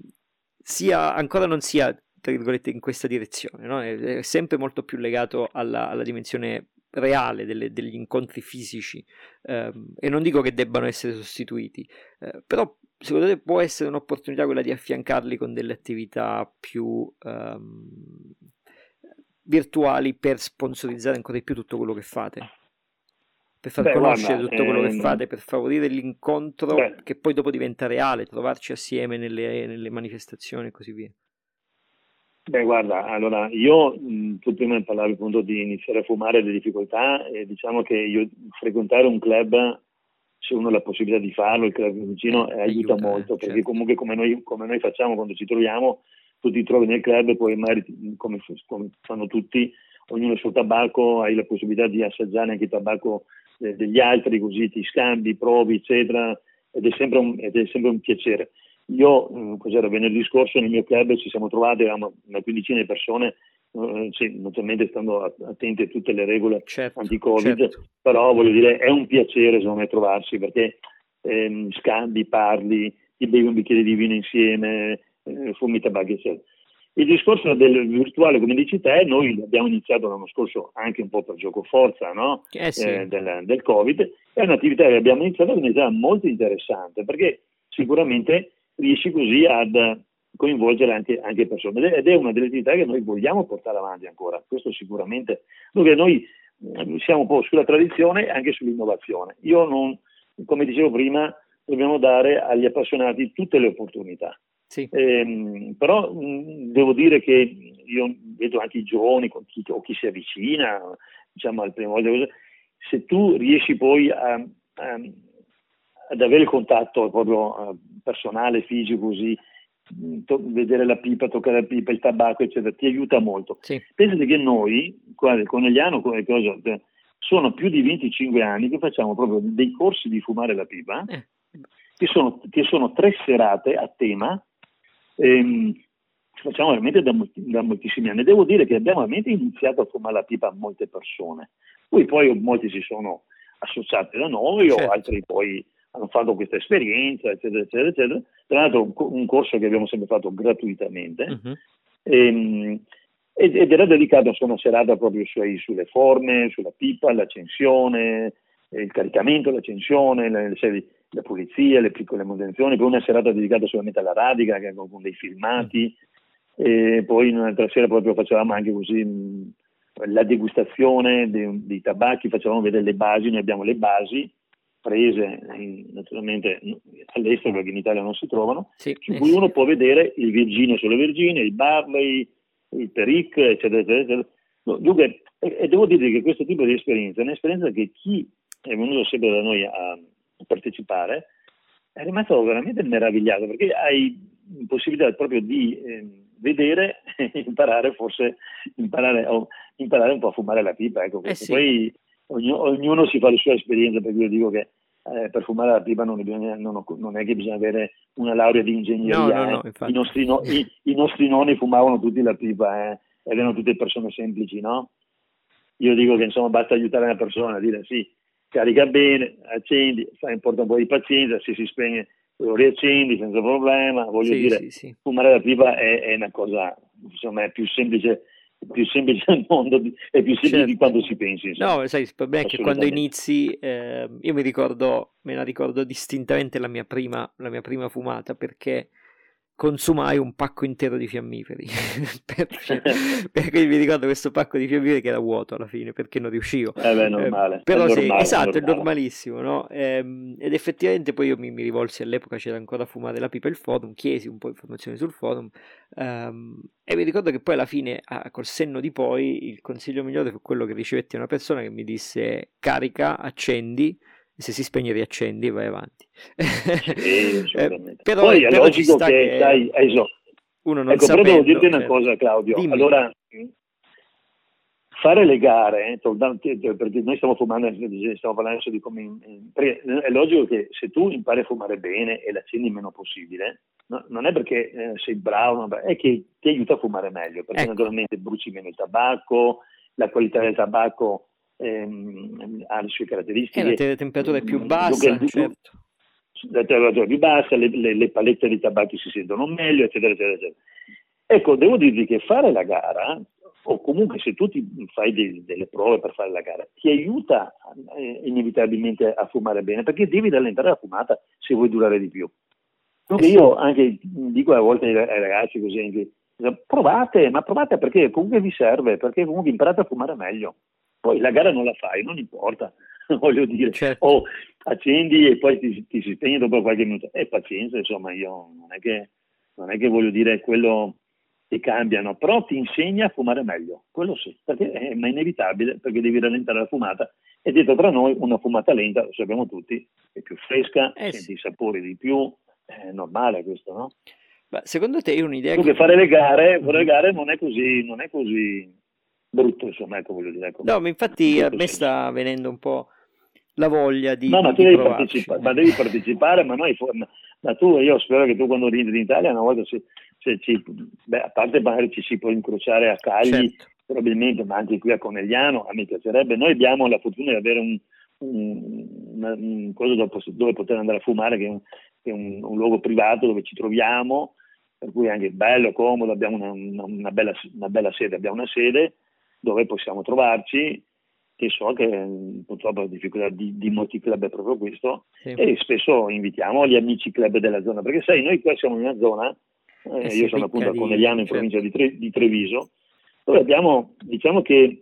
sia, ancora non sia, tra virgolette, in questa direzione, no? È, è sempre molto più legato alla, alla dimensione reale delle, degli incontri fisici, ehm, e non dico che debbano essere sostituiti, eh, però secondo te può essere un'opportunità quella di affiancarli con delle attività più ehm, virtuali per sponsorizzare ancora di più tutto quello che fate? Per far Beh, conoscere guarda, tutto quello che ehm, fate, per favorire l'incontro beh, che poi dopo diventa reale, trovarci assieme nelle, nelle manifestazioni e così via. beh, guarda, allora io, mh, tu prima parlavi appunto di iniziare a fumare le difficoltà e diciamo che io frequentare un club, se uno ha la possibilità di farlo, il club vicino, eh, aiuta Aiuta, eh, molto, perché certo. comunque come noi, come noi facciamo quando ci troviamo, tu ti trovi nel club e poi magari, come, come fanno tutti, ognuno il suo tabacco, hai la possibilità di assaggiare anche il tabacco eh, degli altri, così ti scambi, provi, eccetera, ed è sempre un, ed è sempre un piacere. Io, mh, cos'era, venerdì scorso nel mio club ci siamo trovati, eravamo una quindicina di persone, eh, sì, naturalmente stando attenti a tutte le regole Certo, anti-Covid, certo. però voglio dire, è un piacere secondo me trovarsi perché ehm, scambi, parli, ti bevi un bicchiere di vino insieme, eh, fumi tabacchi, eccetera. Il discorso del virtuale, come dici te, noi abbiamo iniziato l'anno scorso anche un po' per gioco forza, no? Eh sì, eh, del, del Covid, è un'attività che abbiamo iniziato che è un'attività molto interessante perché sicuramente riesci così ad coinvolgere anche, anche persone ed è una delle attività che noi vogliamo portare avanti ancora, questo sicuramente, dove noi eh, siamo un po' sulla tradizione e anche sull'innovazione. Io non, come dicevo prima, dobbiamo dare agli appassionati tutte le opportunità. sì. Eh, però mh, devo dire che io vedo anche i giovani con chi, o chi si avvicina, diciamo al primo volta, se tu riesci poi a, a, ad avere il contatto proprio uh, personale, fisico, così, mh, to- vedere la pipa, toccare la pipa, il tabacco, eccetera, ti aiuta molto. Sì. Pensate che noi, qua del Conegliano, come cosa, sono più di venticinque anni che facciamo proprio dei corsi di fumare la pipa, Eh. che sono, che sono tre serate a tema, ehm, facciamo veramente da, molti, da moltissimi anni. Devo dire che abbiamo veramente iniziato a fumare la pipa a molte persone, poi, poi molti si sono associati da noi Certo. o altri poi hanno fatto questa esperienza, eccetera, eccetera, eccetera. Tra l'altro un, un corso che abbiamo sempre fatto gratuitamente, uh-huh. ehm, ed era dedicato a una serata proprio sui, sulle forme, sulla pipa, l'accensione, il caricamento, l'accensione, le serie. la pulizia, le piccole manutenzioni, poi una serata dedicata solamente alla radica, che con dei filmati, e poi un'altra sera proprio facevamo anche così mh, la degustazione dei, dei tabacchi, facevamo vedere le basi, noi abbiamo le basi prese in, naturalmente all'estero perché in Italia non si trovano, sì, su eh cui sì. uno può vedere il Virginia sulle Virginie, il Barley, il Peric, eccetera, eccetera, eccetera. Dunque, e, e devo dire che questo tipo di esperienza è un'esperienza che chi è venuto sempre da noi a, a partecipare è rimasto veramente meravigliato, perché hai possibilità proprio di eh, vedere e imparare, forse imparare, oh, imparare un po' a fumare la pipa, ecco Eh questo. sì. Poi ognuno, ognuno si fa le sue esperienze, perché io dico che eh, per fumare la pipa non, bisogna, non, non è che bisogna avere una laurea di ingegneria, No, no, eh. no, I, infatti. nostri no, i, i nostri nonni fumavano tutti la pipa, eh, ed erano tutte persone semplici, no? Io dico che insomma basta aiutare una persona a dire sì, carica bene, accendi, fai un po' un po' di pazienza, se si spegne lo riaccendi senza problema, voglio Sì, dire, sì, sì. fumare la pipa è, è una cosa, insomma, è più semplice, più semplice al mondo, è più semplice Certo. di quanto si pensi, insomma. No, sai, il problema è che quando inizi, eh, io mi ricordo, me la ricordo distintamente la mia prima, la mia prima fumata, perché consumai un pacco intero di fiammiferi perché, perché mi ricordo questo pacco di fiammiferi che era vuoto alla fine perché non riuscivo, eh beh, è normale, eh, però è sì, normale, esatto, è, è normalissimo, no? Ehm, ed effettivamente poi io mi, mi rivolsi, all'epoca c'era ancora Fumare la pipa il forum, chiesi un po' informazioni sul forum, ehm, e mi ricordo che poi alla fine, ah, col senno di poi, il consiglio migliore fu quello che ricevetti una persona che mi disse: carica, accendi, se si spegne riaccendi e vai avanti. Sì, assolutamente. Eh, però, Poi è però ci logico sta che, che sai, eso, uno non ecco, però devo sapendo, dirti una certo. cosa, Claudio, Dimmi. allora, fare le gare, eh, perché noi stiamo fumando, stiamo parlando adesso di come, è logico che se tu impari a fumare bene e l'accendi il meno possibile, no, non è perché eh, sei bravo, è che ti aiuta a fumare meglio, perché Ecco. naturalmente bruci meno il tabacco, la qualità del tabacco ehm, ha le sue caratteristiche. Eh, la te- temperatura è più bassa, Dunque, certo. La temperatura più bassa, le, le, le palette di tabacchi si sentono meglio, eccetera, eccetera, eccetera. Ecco, devo dirvi che fare la gara, o comunque se tu ti fai dei, delle prove per fare la gara, ti aiuta eh, inevitabilmente a fumare bene, perché devi rallentare la fumata se vuoi durare di più. Dunque Eh sì. io anche dico a volte ai ragazzi così, anche, provate, ma provate perché comunque vi serve, perché comunque imparate a fumare meglio. Poi la gara non la fai, non importa, voglio dire, certo. o accendi e poi ti, ti si spegne dopo qualche minuto. E pazienza, insomma, io non è che, non è che voglio dire quello che cambiano, però ti insegna a fumare meglio, quello sì, perché è, ma è inevitabile, perché devi rallentare la fumata, e dietro tra noi una fumata lenta, lo sappiamo tutti, è più fresca, Eh senti sì. i sapori di più, è normale questo, no? Ma secondo te è un'idea Dunque che... fare le gare, Mhm. fare le gare non è così, non è così brutto, insomma, ecco, voglio dire. Ecco, No, ma infatti in a questo me senso. sta venendo un po' la voglia di, No, ma di, tu di devi provarci. partecipare, ma devi partecipare, ma noi, ma, ma tu, io spero che tu quando rientri in Italia una volta se, se ci, beh, a parte magari ci si può incrociare a Cagli, Certo. probabilmente, ma anche qui a Conegliano, a me piacerebbe. Noi abbiamo la fortuna di avere un, un, una, un cosa dove, dove poter andare a fumare, che è, un, che è un, un luogo privato dove ci troviamo, per cui è anche bello, comodo, abbiamo una, una, una, bella, una bella sede, abbiamo una sede dove possiamo trovarci, che so che purtroppo la difficoltà di, di molti club è proprio questo, Sì. e spesso invitiamo gli amici club della zona, perché sai, noi qua siamo in una zona, eh, Eh sì, io sono appunto a di, Conegliano in certo. provincia di, Tre, di Treviso, dove abbiamo, diciamo che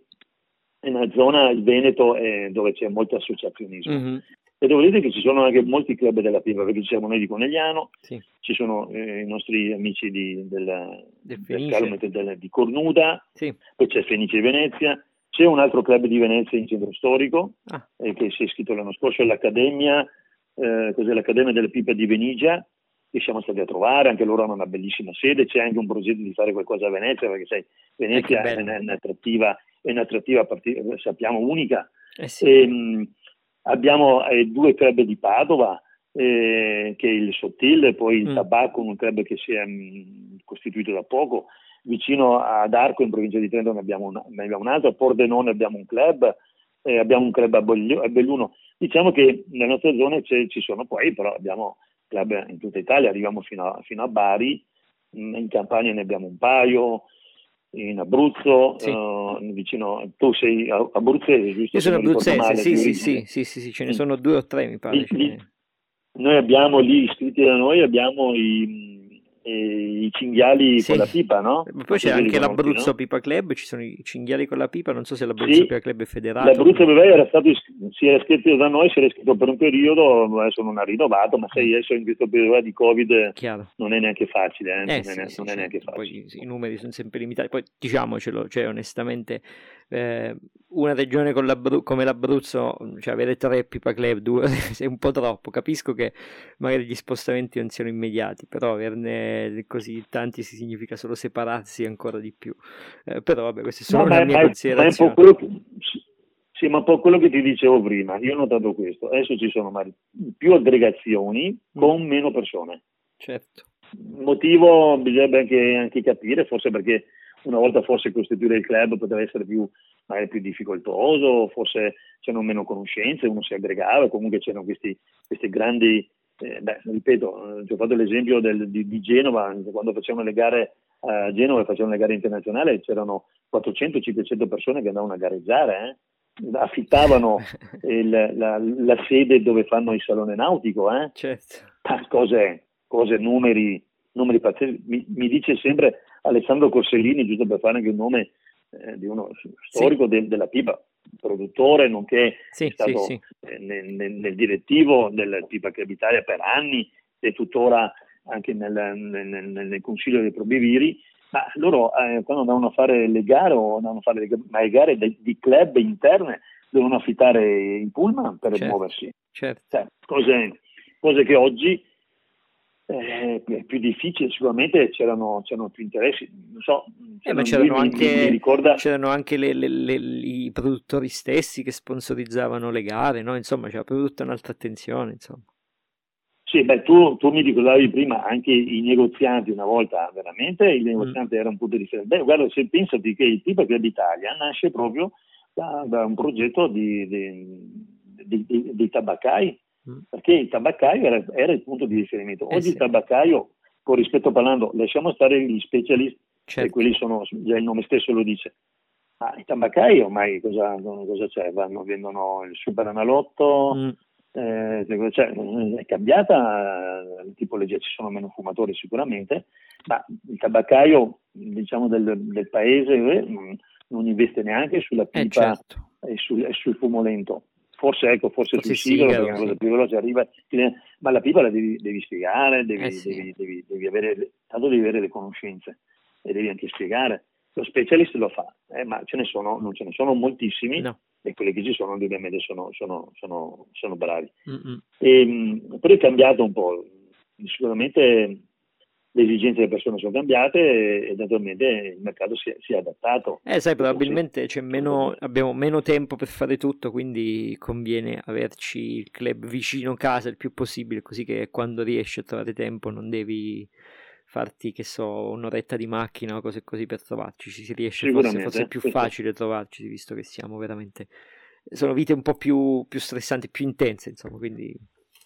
è una zona, il Veneto, è, dove c'è molto associazionismo. Mm-hmm. E devo dire che ci sono anche molti club della pipa, perché ci siamo noi di Conegliano, sì. Ci sono eh, i nostri amici di, del, del del Calumet del, di Cornuda, sì. Poi c'è Fenice di Venezia, c'è un altro club di Venezia in centro storico, ah. eh, che si è iscritto l'anno scorso all'Accademia, eh, cos'è l'Accademia delle Pipe di Venigia, che siamo stati a trovare, anche loro hanno una bellissima sede, c'è anche un progetto di fare qualcosa a Venezia, perché sai, Venezia eh, è, un'attrattiva, è un'attrattiva partita, sappiamo, unica. Eh sì. e, mh, abbiamo eh, due club di Padova, eh, che è il Sottil, poi il mm. Tabacco, un club che si è mh, costituito da poco. Vicino ad Arco, in provincia di Trento, ne abbiamo un, ne abbiamo un altro, a Pordenone abbiamo un club, eh, abbiamo un club a, Boglio, a Belluno. Diciamo che nelle nostre zone ci sono poi, però abbiamo club in tutta Italia, arriviamo fino a, fino a Bari, in Campania ne abbiamo un paio, in Abruzzo, sì. uh, vicino, tu sei abruzzese, giusto? Io sono abruzzese, male, sì, sì, sì, sì, sì, sì, ce ne sono due o tre mi pare. Di, di, noi abbiamo lì iscritti da noi, abbiamo i, i, i cinghiali Sì. con la pipa, no? Ma poi Non so c'è se li anche conosci, l'Abruzzo no? Pipa Club, ci sono i cinghiali con la pipa, non so se l'Abruzzo Sì, Pipa Club è federato. l'Abruzzo oppure- Bebè era stato is- si era iscritto da noi, si era iscritto per un periodo, adesso non ha rinnovato, ma sai, adesso in questo periodo di Covid Chiaro. non è neanche facile, eh? Eh Non, è, sì, ne- sì, non è neanche certo, facile. poi sì, i numeri sono sempre limitati, poi diciamocelo, cioè onestamente eh, una regione con l'Abru- come l'Abruzzo, cioè avere tre Pipa Club, due, è un po' troppo, capisco che magari gli spostamenti non siano immediati, però averne così tanti si significa solo separarsi ancora di più. Eh, però vabbè, questa è solo No, ma una è, mia ma è- ma è un po' considerazione. quello che, sì, ma un po' quello che ti dicevo prima. Io ho notato questo. Adesso ci sono magari più aggregazioni con Mm, meno persone. certo, Il motivo bisognerebbe anche, anche capire, forse perché una volta forse costituire il club poteva essere più, magari più difficoltoso, forse c'erano meno conoscenze, uno si aggregava, comunque c'erano questi, questi grandi, eh, beh, ripeto, eh, ti ho fatto l'esempio del- di, di Genova, quando facevano le gare a Genova e facevano le gare internazionali, c'erano quattrocento cinquecento persone che andavano a gareggiare, eh. Affittavano il- la, la sede dove fanno il salone nautico, eh. certo. Ah, cose, cose, numeri, numeri pazzeschi. Mi, mi dice sempre Alessandro Corsellini, giusto per fare anche un nome eh, di uno storico Sì, del- della Pipa, produttore, nonché è sì, sì, stato sì. eh, nel, nel- nel direttivo del Pipa Club Italia per anni e tuttora anche nel, nel- nel- nel Consiglio dei Probiviri. Ma loro eh, quando andavano a fare le gare, o andavano a fare le, ma le gare de- di club interne, dovevano affittare il pullman per Certo, muoversi. certo. Cioè, cose, cose che oggi eh, è più difficile, sicuramente c'erano, c'erano più interessi, non so, Eh, ma c'erano- lui c'erano mi, mi- mi anche, ricorda, c'erano anche le- le- le- i produttori stessi che sponsorizzavano le gare, no? Insomma, c'era proprio tutta un'altra attenzione, insomma. sì, beh, tu, tu mi ricordavi prima anche i negozianti una volta, veramente il Mm, negoziante era un punto di riferimento. Beh, guarda, se pensati che il Pipa Club d'Italia nasce proprio da, da un progetto di, di- di- di- dei tabaccai, mm. perché il tabaccaio era, era il punto di riferimento. Eh Oggi il sì, tabaccaio, con rispetto parlando, lasciamo stare gli specialist, e certo. quelli sono, già il nome stesso lo dice. Ma i tabaccai ormai cosa, cosa c'è? Vanno, vendono il superanalotto, Mm, eh, cioè, è cambiata la tipologia, ci sono meno fumatori sicuramente, ma il tabaccaio diciamo del, del paese eh, non non investe neanche sulla eh pipa certo. e sul, e sul fumo lento. Forse, ecco, forse Forse sul il sigaro perché è sigaro, una cosa sì. più veloce arriva, ma la pipa la devi, devi spiegare, Eh devi, sì. devi, devi, devi avere, tanto devi avere le conoscenze e devi anche spiegare. Lo specialist lo fa, eh, ma ce ne sono, non ce ne sono moltissimi No. e quelli che ci sono ovviamente sono, sono, sono, sono bravi. Mm-mm. E, mh, però è cambiato un po', sicuramente le esigenze delle persone sono cambiate e, e naturalmente il mercato si è, si è adattato. Eh, sai, Questo sì, probabilmente c'è meno, assolutamente. abbiamo meno tempo per fare tutto, quindi conviene averci il club vicino casa il più possibile, così che quando riesci a trovare tempo non devi farti, che so, un'oretta di macchina o cose così per trovarci. Ci si riesce, forse, forse è Sicuramente, più questo. facile trovarci, visto che siamo veramente... Sono vite un po' più, più stressanti, più intense, insomma, quindi...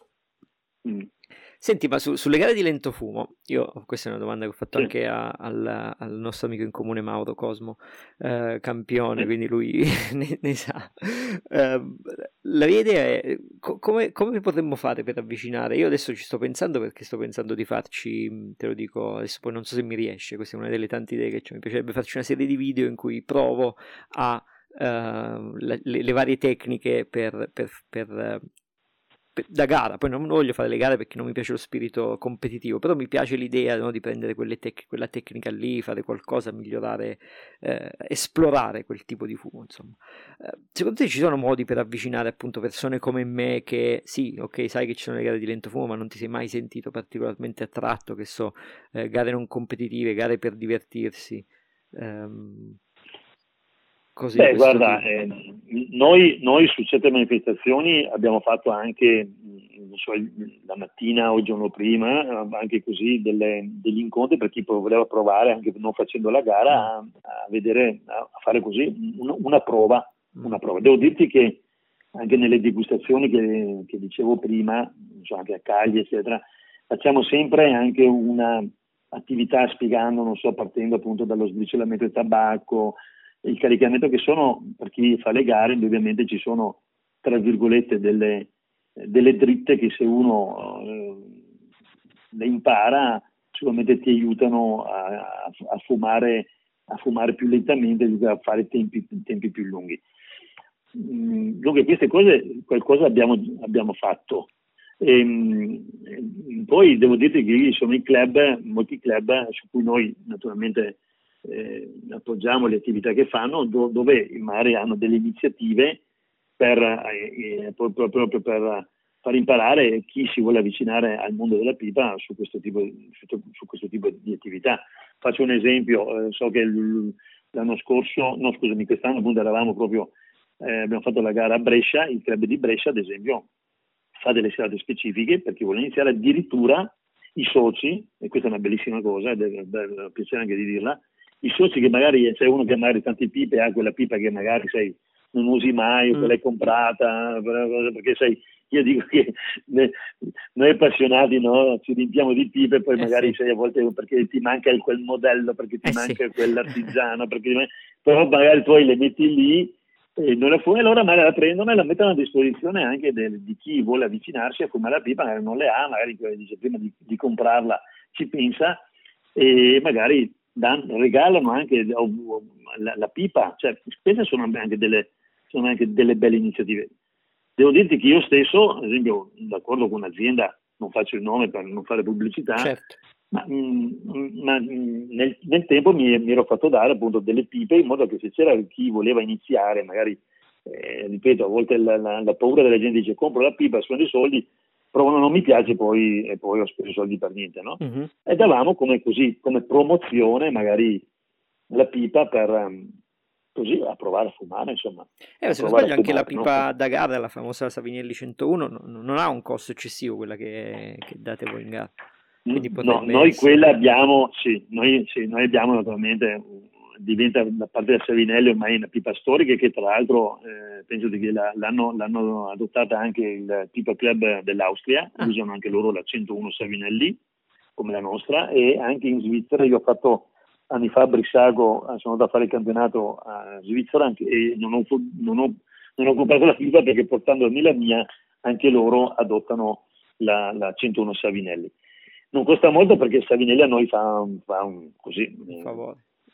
Mm, Senti, ma su- sulle gare di lento fumo, io, questa è una domanda che ho fatto sì, anche a- al, al nostro amico in comune Mauro Cosmo, eh, campione, sì. quindi lui ne, ne sa. Ehm, la mia idea è co- come, come potremmo fare per avvicinare? Io adesso ci sto pensando perché sto pensando di farci, mh, te lo dico, adesso poi non so se mi riesce, questa è una delle tante idee che ho, mi piacerebbe farci una serie di video in cui provo a eh, la- le, le varie tecniche per, per, per, eh, per- da gara. Poi non voglio fare le gare perché non mi piace lo spirito competitivo, però mi piace l'idea, no, di prendere quelle tec- quella tecnica lì, fare qualcosa, migliorare, eh, esplorare quel tipo di fumo, insomma. Eh, secondo te ci sono modi per avvicinare appunto persone come me che sì, ok, sai che ci sono le gare di lento fumo, ma non ti sei mai sentito particolarmente attratto, che so, eh, gare non competitive, gare per divertirsi, ehm, cose di Beh, questo guarda, tipo. eh, noi, noi su certe manifestazioni abbiamo fatto anche, mh, non so, il- la mattina o il giorno prima, eh, anche così delle- degli incontri per chi voleva provare, anche non facendo la gara, Mm, a, a vedere, a fare così un- una prova, mm, una prova. Devo dirti che anche nelle degustazioni che, che dicevo prima, non so, anche a Cagli, eccetera, facciamo sempre anche una attività spiegando, non so, partendo appunto dallo sbriciolamento del tabacco, il caricamento che sono, per chi fa le gare, ovviamente ci sono, tra virgolette, delle, delle dritte che se uno eh, le impara sicuramente ti aiutano a, a, fumare, a fumare più lentamente e a fare tempi, tempi più lunghi. Mm, dunque queste cose, qualcosa abbiamo, abbiamo fatto. E, poi devo dire che sono i club, molti club su cui noi naturalmente eh, appoggiamo le attività che fanno, do, dove magari hanno delle iniziative per, eh, proprio, proprio per far imparare chi si vuole avvicinare al mondo della pipa su questo tipo, su, su questo tipo di attività. Faccio un esempio, eh, so che l'anno scorso, no scusami, quest'anno appunto eravamo proprio, eh, abbiamo fatto la gara a Brescia, il club di Brescia ad esempio fa delle serate specifiche per chi vuole iniziare, addirittura i soci, e questa è una bellissima cosa, ed è un piacere anche di dirla, i soci che magari, c'è uno che magari tante pipe ha quella pipa che magari sai, non usi mai, o mm. che l'hai comprata, perché sai, io dico che noi appassionati no, ci riempiamo di pipe e poi eh magari sì. sai, a volte perché ti manca quel modello, perché ti eh manca sì. quell'artigiano, perché, però magari poi le metti lì e non la fumano, allora magari la prendono e la mettono a disposizione anche del, di chi vuole avvicinarsi a fumare la pipa, magari non le ha, magari dice prima di, di comprarla ci pensa e magari dan, regalano anche la, la pipa, cioè queste sono anche delle, sono anche delle belle iniziative. Devo dirti che io stesso, ad esempio, d'accordo con un'azienda, non faccio il nome per non fare pubblicità, certo. ma, mh, ma mh, nel, nel tempo mi, mi ero fatto dare appunto delle pipe in modo che se c'era chi voleva iniziare, magari, eh, ripeto, a volte la, la, la paura della gente dice compro la pipa, sono dei soldi, provano non mi piace poi, e poi ho speso soldi per niente, no? Uh-huh. E davamo come così, come promozione magari la pipa per... Um, così a provare a fumare, insomma. Eh, se non sbaglio anche la pipa no? da gara, la famosa Savinelli centouno, non, non ha un costo eccessivo quella che, che date voi in gara. Quindi no, noi essere... quella abbiamo, sì noi, sì, noi abbiamo naturalmente, diventa da parte della Savinelli ormai una pipa storica che tra l'altro eh, penso che la, l'hanno, l'hanno adottata anche il Pipa Club dell'Austria, ah. usano anche loro la centouno Savinelli come la nostra, e anche in Svizzera io ho fatto anni fa a Brissago, sono andato a fare il campionato a Svizzera anche, e non ho, non, ho, non ho comprato la pipa perché portandomi la mia anche loro adottano la, la centouno Savinelli. Non costa molto perché Savinelli a noi fa, fa un, così, un,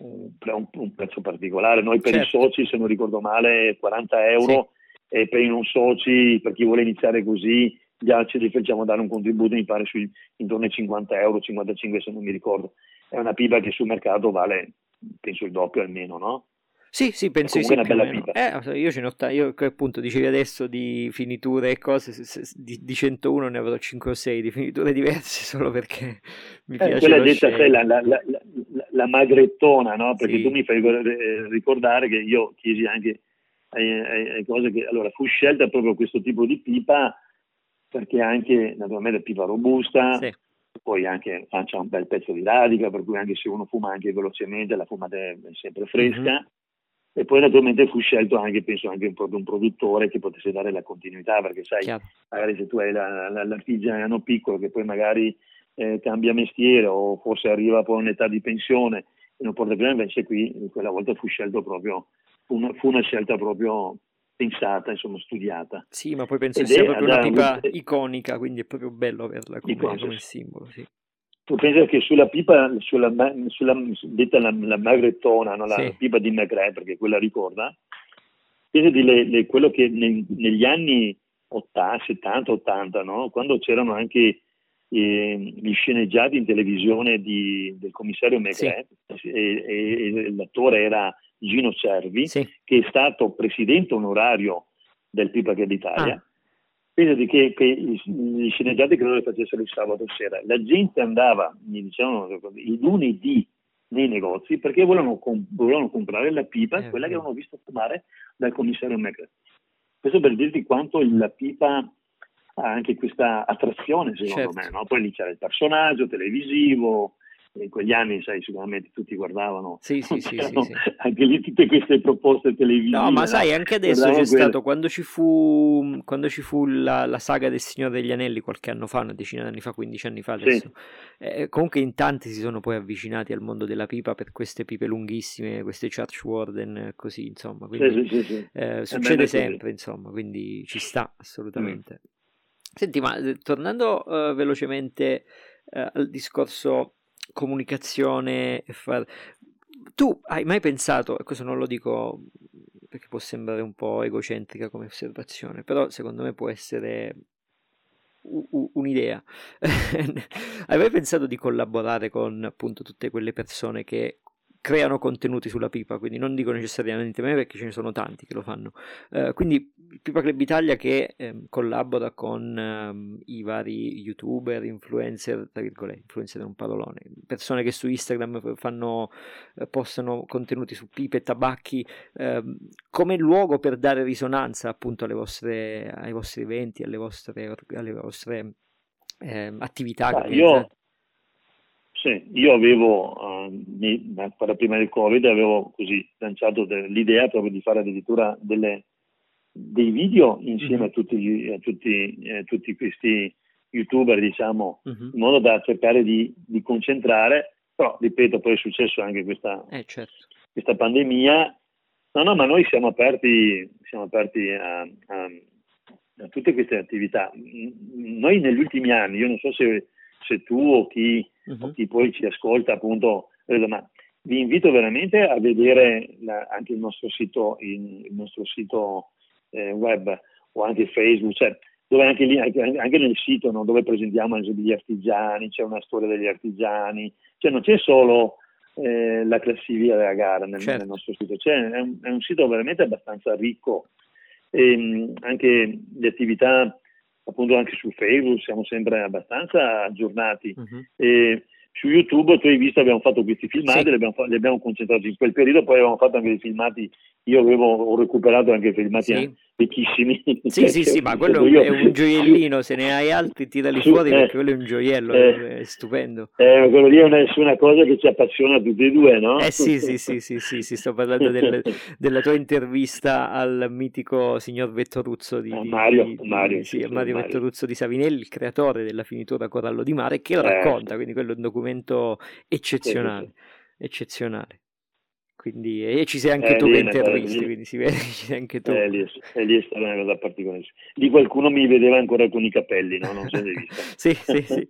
un, un prezzo particolare, noi per certo. i soci se non ricordo male quaranta euro sì. e per i non soci, per chi vuole iniziare così già ci facciamo dare un contributo mi pare sui, intorno ai cinquanta euro, cinquantacinque se non mi ricordo. È una pipa che sul mercato vale, penso, il doppio almeno, no? Sì, sì, penso di sì, più o meno. Eh, io ce ne ho t- io appunto dicevi adesso di finiture e cose, se, se, di, di centouno ne avrò cinque o sei di finiture diverse solo perché mi eh, piace quella lo detta sei la, la, la, la, la magrettona, no? Perché sì. tu mi fai ricordare che io chiesi anche ai, ai, ai cose che, allora, fu scelta proprio questo tipo di pipa perché anche, naturalmente, pipa robusta, sì. poi anche faccia un bel pezzo di radica, per cui anche se uno fuma anche velocemente, la fumata è sempre fresca. Mm-hmm. E poi naturalmente fu scelto anche, penso, anche un, un produttore che potesse dare la continuità, perché sai, Chiaro. magari se tu hai la, la, l'artigiano piccolo che poi magari eh, cambia mestiere o forse arriva poi a un'età di pensione e non porta più, invece qui quella volta fu scelto proprio, fu una, fu una scelta proprio pensata, insomma studiata. Sì, ma poi penso Ed che sia proprio una pipa un... iconica, quindi è proprio bello averla come, Icon, come simbolo, sì. Tu pensi che sulla pipa, sulla, sulla detta la, la magrettona, no? la sì. pipa di Maigret, perché quella ricorda, pensi di le, le, quello che nel, negli anni ottanta, settanta ottanta, no? Quando c'erano anche eh, gli sceneggiati in televisione di, del commissario Maigret, sì. e, e, e l'attore era Gino Cervi, sì. che è stato presidente onorario del Pipa Club d'Italia. Ah. Penso che, che gli sceneggiati credo le facessero il sabato sera. La gente andava, mi dicevano, il lunedì nei negozi perché volevano, comp- volevano comprare la pipa, eh, quella eh. che avevano visto fumare dal commissario Maigret. Questo per dirti quanto la pipa ha anche questa attrazione, secondo certo. me. No? Poi lì c'era il personaggio televisivo. In quegli anni, sai, sicuramente tutti guardavano sì, sì, sì, sì, sì. anche lì tutte queste proposte televisive. No, ma no? sai, anche adesso Guardavo c'è quelle... stato, quando ci fu, quando ci fu la, la saga del Signore degli Anelli qualche anno fa, una decina di anni fa, quindici anni fa adesso, sì. eh, comunque in tanti si sono poi avvicinati al mondo della pipa per queste pipe lunghissime, queste Church Warden, così, insomma, quindi sì, sì, sì, sì. Eh, succede sempre, insomma, quindi ci sta assolutamente. Mm. Senti, ma eh, tornando uh, velocemente uh, al discorso comunicazione e far... Tu hai mai pensato, e questo non lo dico perché può sembrare un po' egocentrica come osservazione, però secondo me può essere un'idea. Hai mai pensato di collaborare con appunto tutte quelle persone che creano contenuti sulla pipa? Quindi non dico necessariamente me, perché ce ne sono tanti che lo fanno. Uh, quindi il Pipa Club Italia che eh, collabora con um, i vari youtuber, influencer, tra virgolette, influencer è un parolone, persone che su Instagram fanno, eh, postano contenuti su pipe e tabacchi, eh, come luogo per dare risonanza appunto alle vostre, ai vostri eventi, alle vostre, alle vostre eh, attività che Ah, io, organizzate. sì, io avevo, uh, prima del Covid, avevo così lanciato de- l'idea proprio di fare addirittura delle, dei video insieme Mm-hmm. a tutti, gli, a tutti, eh, tutti questi youtuber, diciamo, Mm-hmm. in modo da cercare di, di concentrare, però ripeto, poi è successo anche questa, eh, certo. questa pandemia. No, no, ma noi siamo aperti, siamo aperti a, a, a tutte queste attività. Noi negli ultimi anni, io non so se, se tu o chi, Mm-hmm. o chi poi ci ascolta, appunto, ma vi invito veramente a vedere la, anche il nostro sito, il, il nostro sito eh, web o anche Facebook, cioè, dove anche lì, anche, anche nel sito, no, dove presentiamo ad esempio gli artigiani, c'è una storia degli artigiani, cioè non c'è solo eh, la classifica della gara nel, certo. nel nostro sito, cioè, è, un, è un sito veramente abbastanza ricco, e mh, anche le attività appunto anche su Facebook siamo sempre abbastanza aggiornati. Mm-hmm. E su YouTube tu hai visto, abbiamo fatto questi filmati, sì. li, abbiamo, li abbiamo concentrati in quel periodo, poi abbiamo fatto anche dei filmati, io avevo ho recuperato anche filmati sì. vecchissimi. Sì, sì, sì, ma quello è un gioiellino, se ne hai altri tirali su, fuori, eh, perché quello è un gioiello, eh, è stupendo. Eh, quello lì è una, è una cosa che ci appassiona tutti e due, no? Eh sì, sì, sì, sì, sì, sì, sto parlando del, della tua intervista al mitico signor Vettoruzzo di, di, Mario, di, Mario, di sì, sì, sì, Mario Mario. Vettoruzzo di Savinelli, il creatore della finitura Corallo di Mare, che lo Eh, racconta, sì. quindi quello è un documento eccezionale, Sì, sì, sì. eccezionale. Quindi, e ci sei anche Eh, tu lì che è una cosa, intervisti, lì, quindi si vede che ci sei anche tu. eh, lì, è, lì è stata una cosa particolare. Di qualcuno mi vedeva ancora con i capelli, no? Non se ne è vista. Sì, sì, sì.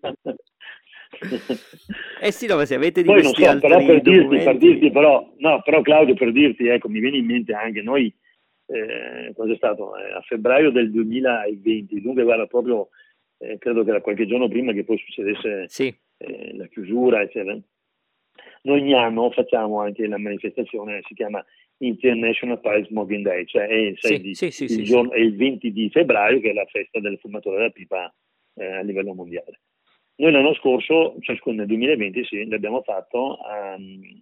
Eh sì, no, ma se avete di Poi non questi so, però altri per dirti, per documenti... dirti però, no, però Claudio, per dirti, ecco, mi viene in mente anche noi, eh, cosa è stato? Eh, a febbraio del duemilaventi, dunque guarda proprio, eh, credo che era qualche giorno prima che poi succedesse Sì. eh, la chiusura, eccetera. Noi ogni anno facciamo anche la manifestazione, si chiama International Pipe Smoking Day, cioè è il, Sì, di, sì, sì, il, sì, giorno, sì. è il venti di febbraio, che è la festa del fumatore della pipa eh, a livello mondiale. Noi l'anno scorso, cioè nel duemilaventi, sì, l'abbiamo fatto a,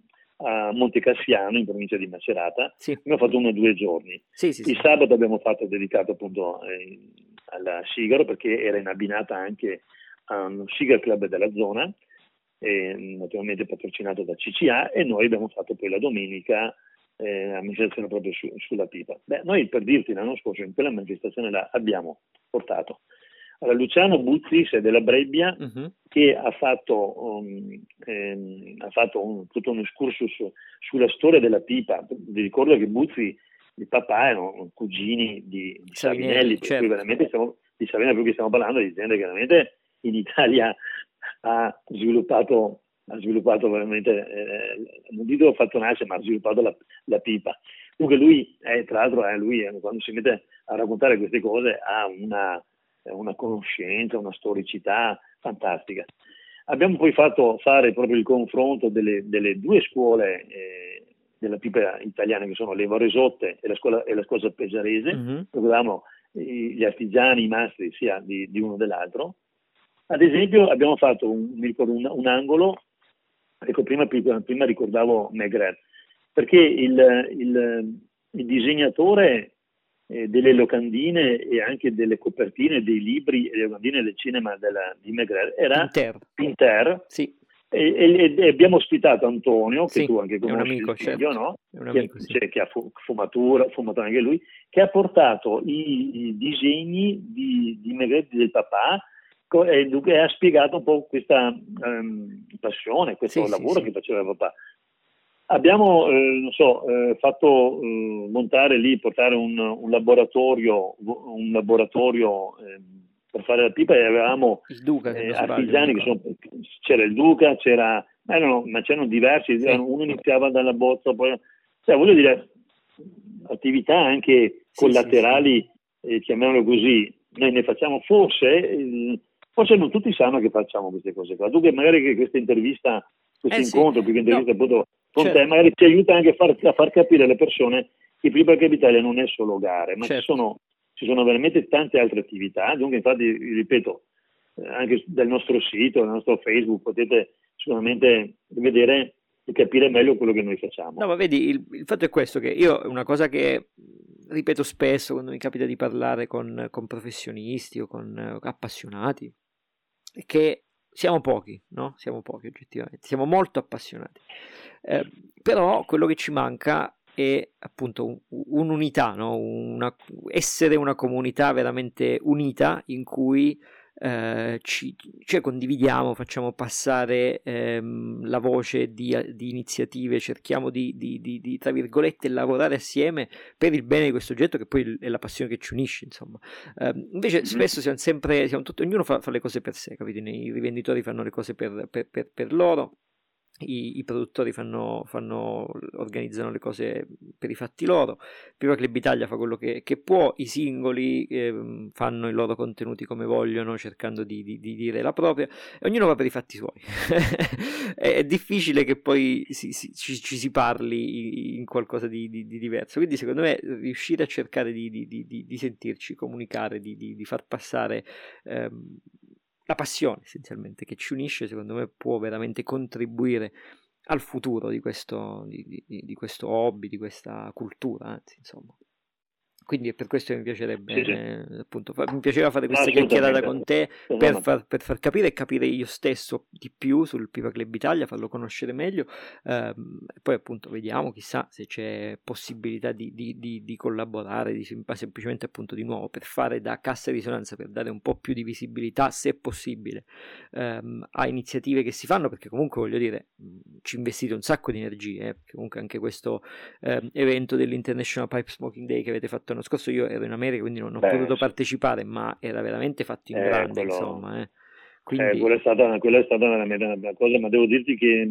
a Montecassiano, in provincia di Macerata, Sì. abbiamo fatto uno o due giorni. Sì, sì, Il sì. sabato abbiamo fatto dedicato appunto eh, alla Sigaro, perché era in abbinata anche a un Cigar Club della zona, eh, naturalmente patrocinato da C C A, e noi abbiamo fatto poi la domenica eh, la manifestazione proprio su, sulla pipa. Beh, noi per dirti l'anno scorso in quella manifestazione là abbiamo portato allora, Luciano Buzzis della Brebbia, uh-huh. che ha fatto, um, ehm, ha fatto un, tutto un excursus su, sulla storia della pipa. Vi ricordo che Buzzi, il papà, erano cugini di, di Savinelli, Savinelli, per certo. Cui veramente stiamo, di Savinelli, perché stiamo parlando di gente che veramente in Italia ha sviluppato, ha sviluppato veramente, eh, non dico fatto nascere, ma ha sviluppato la, la pipa. Comunque lui, è, tra l'altro, eh, lui eh, quando si mette a raccontare queste cose ha una una conoscenza, una storicità fantastica. Abbiamo poi fatto fare proprio il confronto delle, delle due scuole eh, della pipa italiana, che sono le Varesotte e la scuola, e la scuola pesarese, uh-huh. dove avevamo gli artigiani, i mastri sia di, di uno dell'altro. Ad esempio abbiamo fatto un, mi ricordo, un, un angolo, ecco prima, prima ricordavo Maigret, perché il, il, il disegnatore Eh, delle locandine e anche delle copertine dei libri e le locandine del cinema della, di Maigret era Pinter, Pinter sì. e, e, e abbiamo ospitato Antonio, che sì, tu anche conosci, amico, il figlio, certo. no? È un amico, che, sì. cioè, che ha fumatura, fumato anche lui, che ha portato i, i disegni di, di Maigret del papà e, e ha spiegato un po' questa um, passione, questo sì, lavoro sì, che sì. faceva il papà. Abbiamo eh, non so, eh, fatto eh, montare lì, portare un, un laboratorio, un laboratorio eh, per fare la pipa, e avevamo il Duca, eh, artigiani che sono, c'era il Duca, c'era, ma, erano, ma c'erano diversi, sì. Uno iniziava dalla bozza, poi, cioè, voglio dire, attività anche collaterali, sì, sì, sì. Eh, chiamiamolo così, noi ne facciamo, forse, eh, forse non tutti sanno che facciamo queste cose qua. Tu che magari che questa intervista, questo eh, incontro, sì. più che intervista no. appunto, con certo. te, magari ti aiuta anche a far, a far capire alle persone che Pipa Club Italia non è solo gare, ma certo. ci sono ci sono veramente tante altre attività. Dunque, infatti, ripeto, eh, anche dal nostro sito, dal nostro Facebook, potete sicuramente vedere e capire meglio quello che noi facciamo. No, ma vedi, il, il fatto è questo, che io, una cosa che ripeto spesso quando mi capita di parlare con, con professionisti o con uh, appassionati, è che siamo pochi, no? Siamo pochi oggettivamente, siamo molto appassionati. Eh, però quello che ci manca è appunto un, un'unità, no? Una, essere una comunità veramente unita in cui eh, ci, cioè condividiamo, facciamo passare ehm, la voce di, di iniziative, cerchiamo di, di, di, di, tra virgolette, lavorare assieme per il bene di questo oggetto, che poi è la passione che ci unisce, insomma. Eh, invece spesso siamo sempre, siamo tutti, ognuno fa, fa le cose per sé, capite? I rivenditori fanno le cose per, per, per, per loro. I, i produttori fanno, fanno, organizzano le cose per i fatti loro. Pipa Club Italia fa quello che, che può, i singoli eh, fanno i loro contenuti come vogliono, cercando di, di, di dire la propria, e ognuno va per i fatti suoi. è, è difficile che poi si, si, ci, ci si parli in qualcosa di, di, di diverso, quindi secondo me riuscire a cercare di, di, di, di sentirci, comunicare, di, di, di far passare ehm, la passione essenzialmente che ci unisce, secondo me può veramente contribuire al futuro di questo, di, di, di questo hobby, di questa cultura, anzi, insomma. Quindi è per questo che mi piacerebbe, sì, sì. Eh, appunto, fa, mi piaceva fare questa chiacchierata con te per far, per far capire e capire io stesso di più sul Pipa Club Italia, farlo conoscere meglio, ehm, e poi appunto vediamo, chissà se c'è possibilità di, di, di, di collaborare, di, semplicemente appunto di nuovo per fare da cassa di risonanza, per dare un po' più di visibilità, se possibile, ehm, a iniziative che si fanno, perché comunque voglio dire, ci investite un sacco di energie, eh, comunque anche questo eh, evento dell'International Pipe Smoking Day che avete fatto l'anno scorso, io ero in America quindi non ho Beh, potuto sì. partecipare, ma era veramente fatto in eh, grande, quello, insomma eh. Quindi... eh, quella, è stata, quella è stata veramente una cosa, ma devo dirti che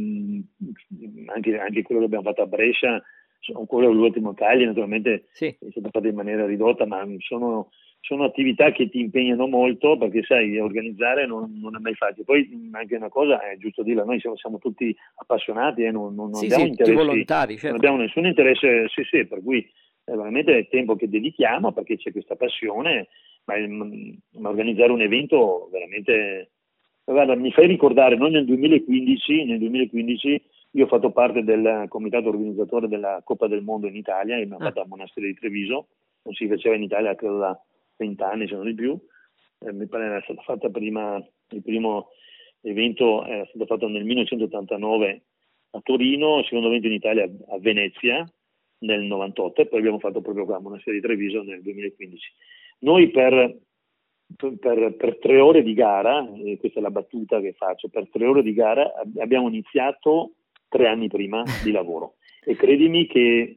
mh, anche, anche quello che abbiamo fatto a Brescia, quello l'ultimo Cagli naturalmente sì. è stato fatto in maniera ridotta, ma sono, sono attività che ti impegnano molto, perché sai, organizzare non, non è mai facile. Poi anche una cosa, è giusto dirla, noi siamo, siamo tutti appassionati, eh, non, non, non sì, abbiamo sì, interessi, volontari, certo. non abbiamo nessun interesse, sì sì, per cui è veramente il tempo che dedichiamo, perché c'è questa passione, ma, ma organizzare un evento veramente... Guarda, mi fai ricordare, noi nel duemilaquindici, nel duemilaquindici io ho fatto parte del comitato organizzatore della Coppa del Mondo in Italia, e abbiamo ah. fatto a Monastero di Treviso, non si faceva in Italia credo da vent'anni, se non di più, eh, mi pare era stata fatta prima, il primo evento era stato fatto nel millenovecentottantanove a Torino, il secondo evento in Italia a Venezia nel novantotto, e poi abbiamo fatto proprio qua a Monastero di Treviso nel duemilaquindici. Noi per, per, per tre ore di gara, eh, questa è la battuta che faccio, per tre ore di gara abbiamo iniziato tre anni prima di lavoro, e credimi che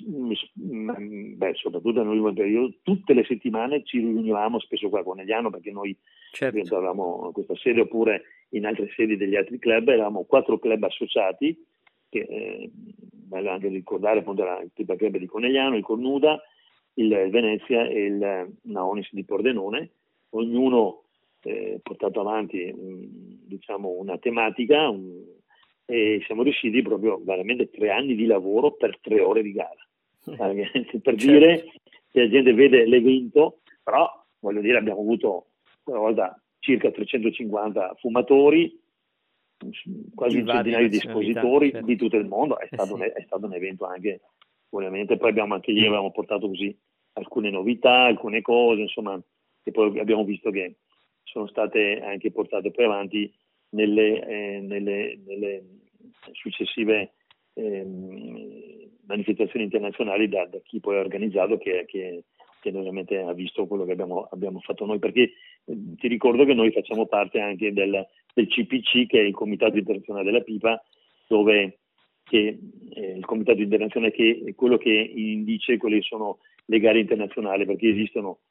beh, soprattutto nell'ultimo periodo, tutte le settimane ci riunivamo spesso qua a Conegliano, perché noi certo. avevamo questa sede, oppure in altre sedi degli altri club, eravamo quattro club associati, che eh, bello anche ricordare, appunto era il Pipa Club di Conegliano, il Cornuda, il Venezia e il Naonis di Pordenone, ognuno eh, portato avanti un, diciamo una tematica, un, e siamo riusciti proprio veramente tre anni di lavoro per tre ore di gara. Per certo. dire che la gente vede l'evento, però voglio dire, abbiamo avuto una volta circa trecentocinquanta fumatori, quasi un centinaio di espositori certo. di tutto il mondo. È stato, eh sì. un, è stato un evento anche, ovviamente. Poi abbiamo anche lì avevamo portato così alcune novità, alcune cose, insomma, che poi abbiamo visto che sono state anche portate poi avanti nelle, eh, nelle, nelle successive eh, manifestazioni internazionali da, da chi poi ha organizzato, che, che, che ovviamente ha visto quello che abbiamo, abbiamo fatto noi, perché eh, ti ricordo che noi facciamo parte anche del, del C P C, che è il Comitato Internazionale della Pipa, dove che, eh, il Comitato Internazionale che è quello che indice quali sono le gare internazionali, perché esistono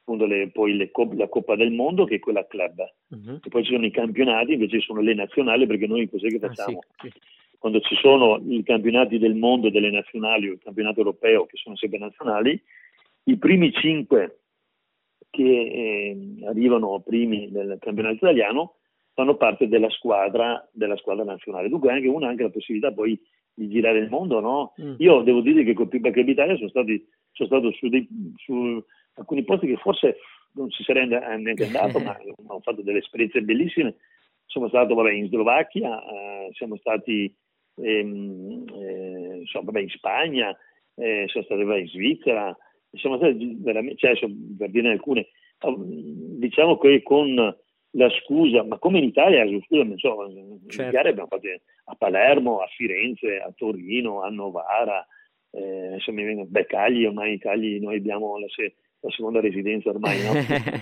appunto le, poi le, la Coppa del Mondo, che è quella club, uh-huh. E poi ci sono i campionati, invece sono le nazionali, perché noi cos'è che facciamo? Ah, sì, sì. Quando ci sono i campionati del mondo delle nazionali o il campionato europeo, che sono sempre nazionali, i primi cinque che eh, arrivano primi nel campionato italiano fanno parte della squadra della squadra nazionale. Dunque anche uno ha anche la possibilità poi di girare il mondo, no? Mm. Io devo dire che con Pipa Club Italia sono, stati, sono stato su, dei, su alcuni posti che forse non ci sarei neanche andato, ma ho fatto delle esperienze bellissime. Sono stato vabbè, in Slovacchia, eh, siamo stati ehm, eh, insomma, vabbè, in Spagna, eh, sono stato vabbè, in Svizzera, siamo stati veramente, cioè, per dire alcune, diciamo che con la scusa, ma come in Italia, scusa, non so, certo. Gare abbiamo fatto a Palermo, a Firenze, a Torino, a Novara, eh, insomma, beh, Cagli, ormai Cagli noi abbiamo la, se, la seconda residenza ormai, no?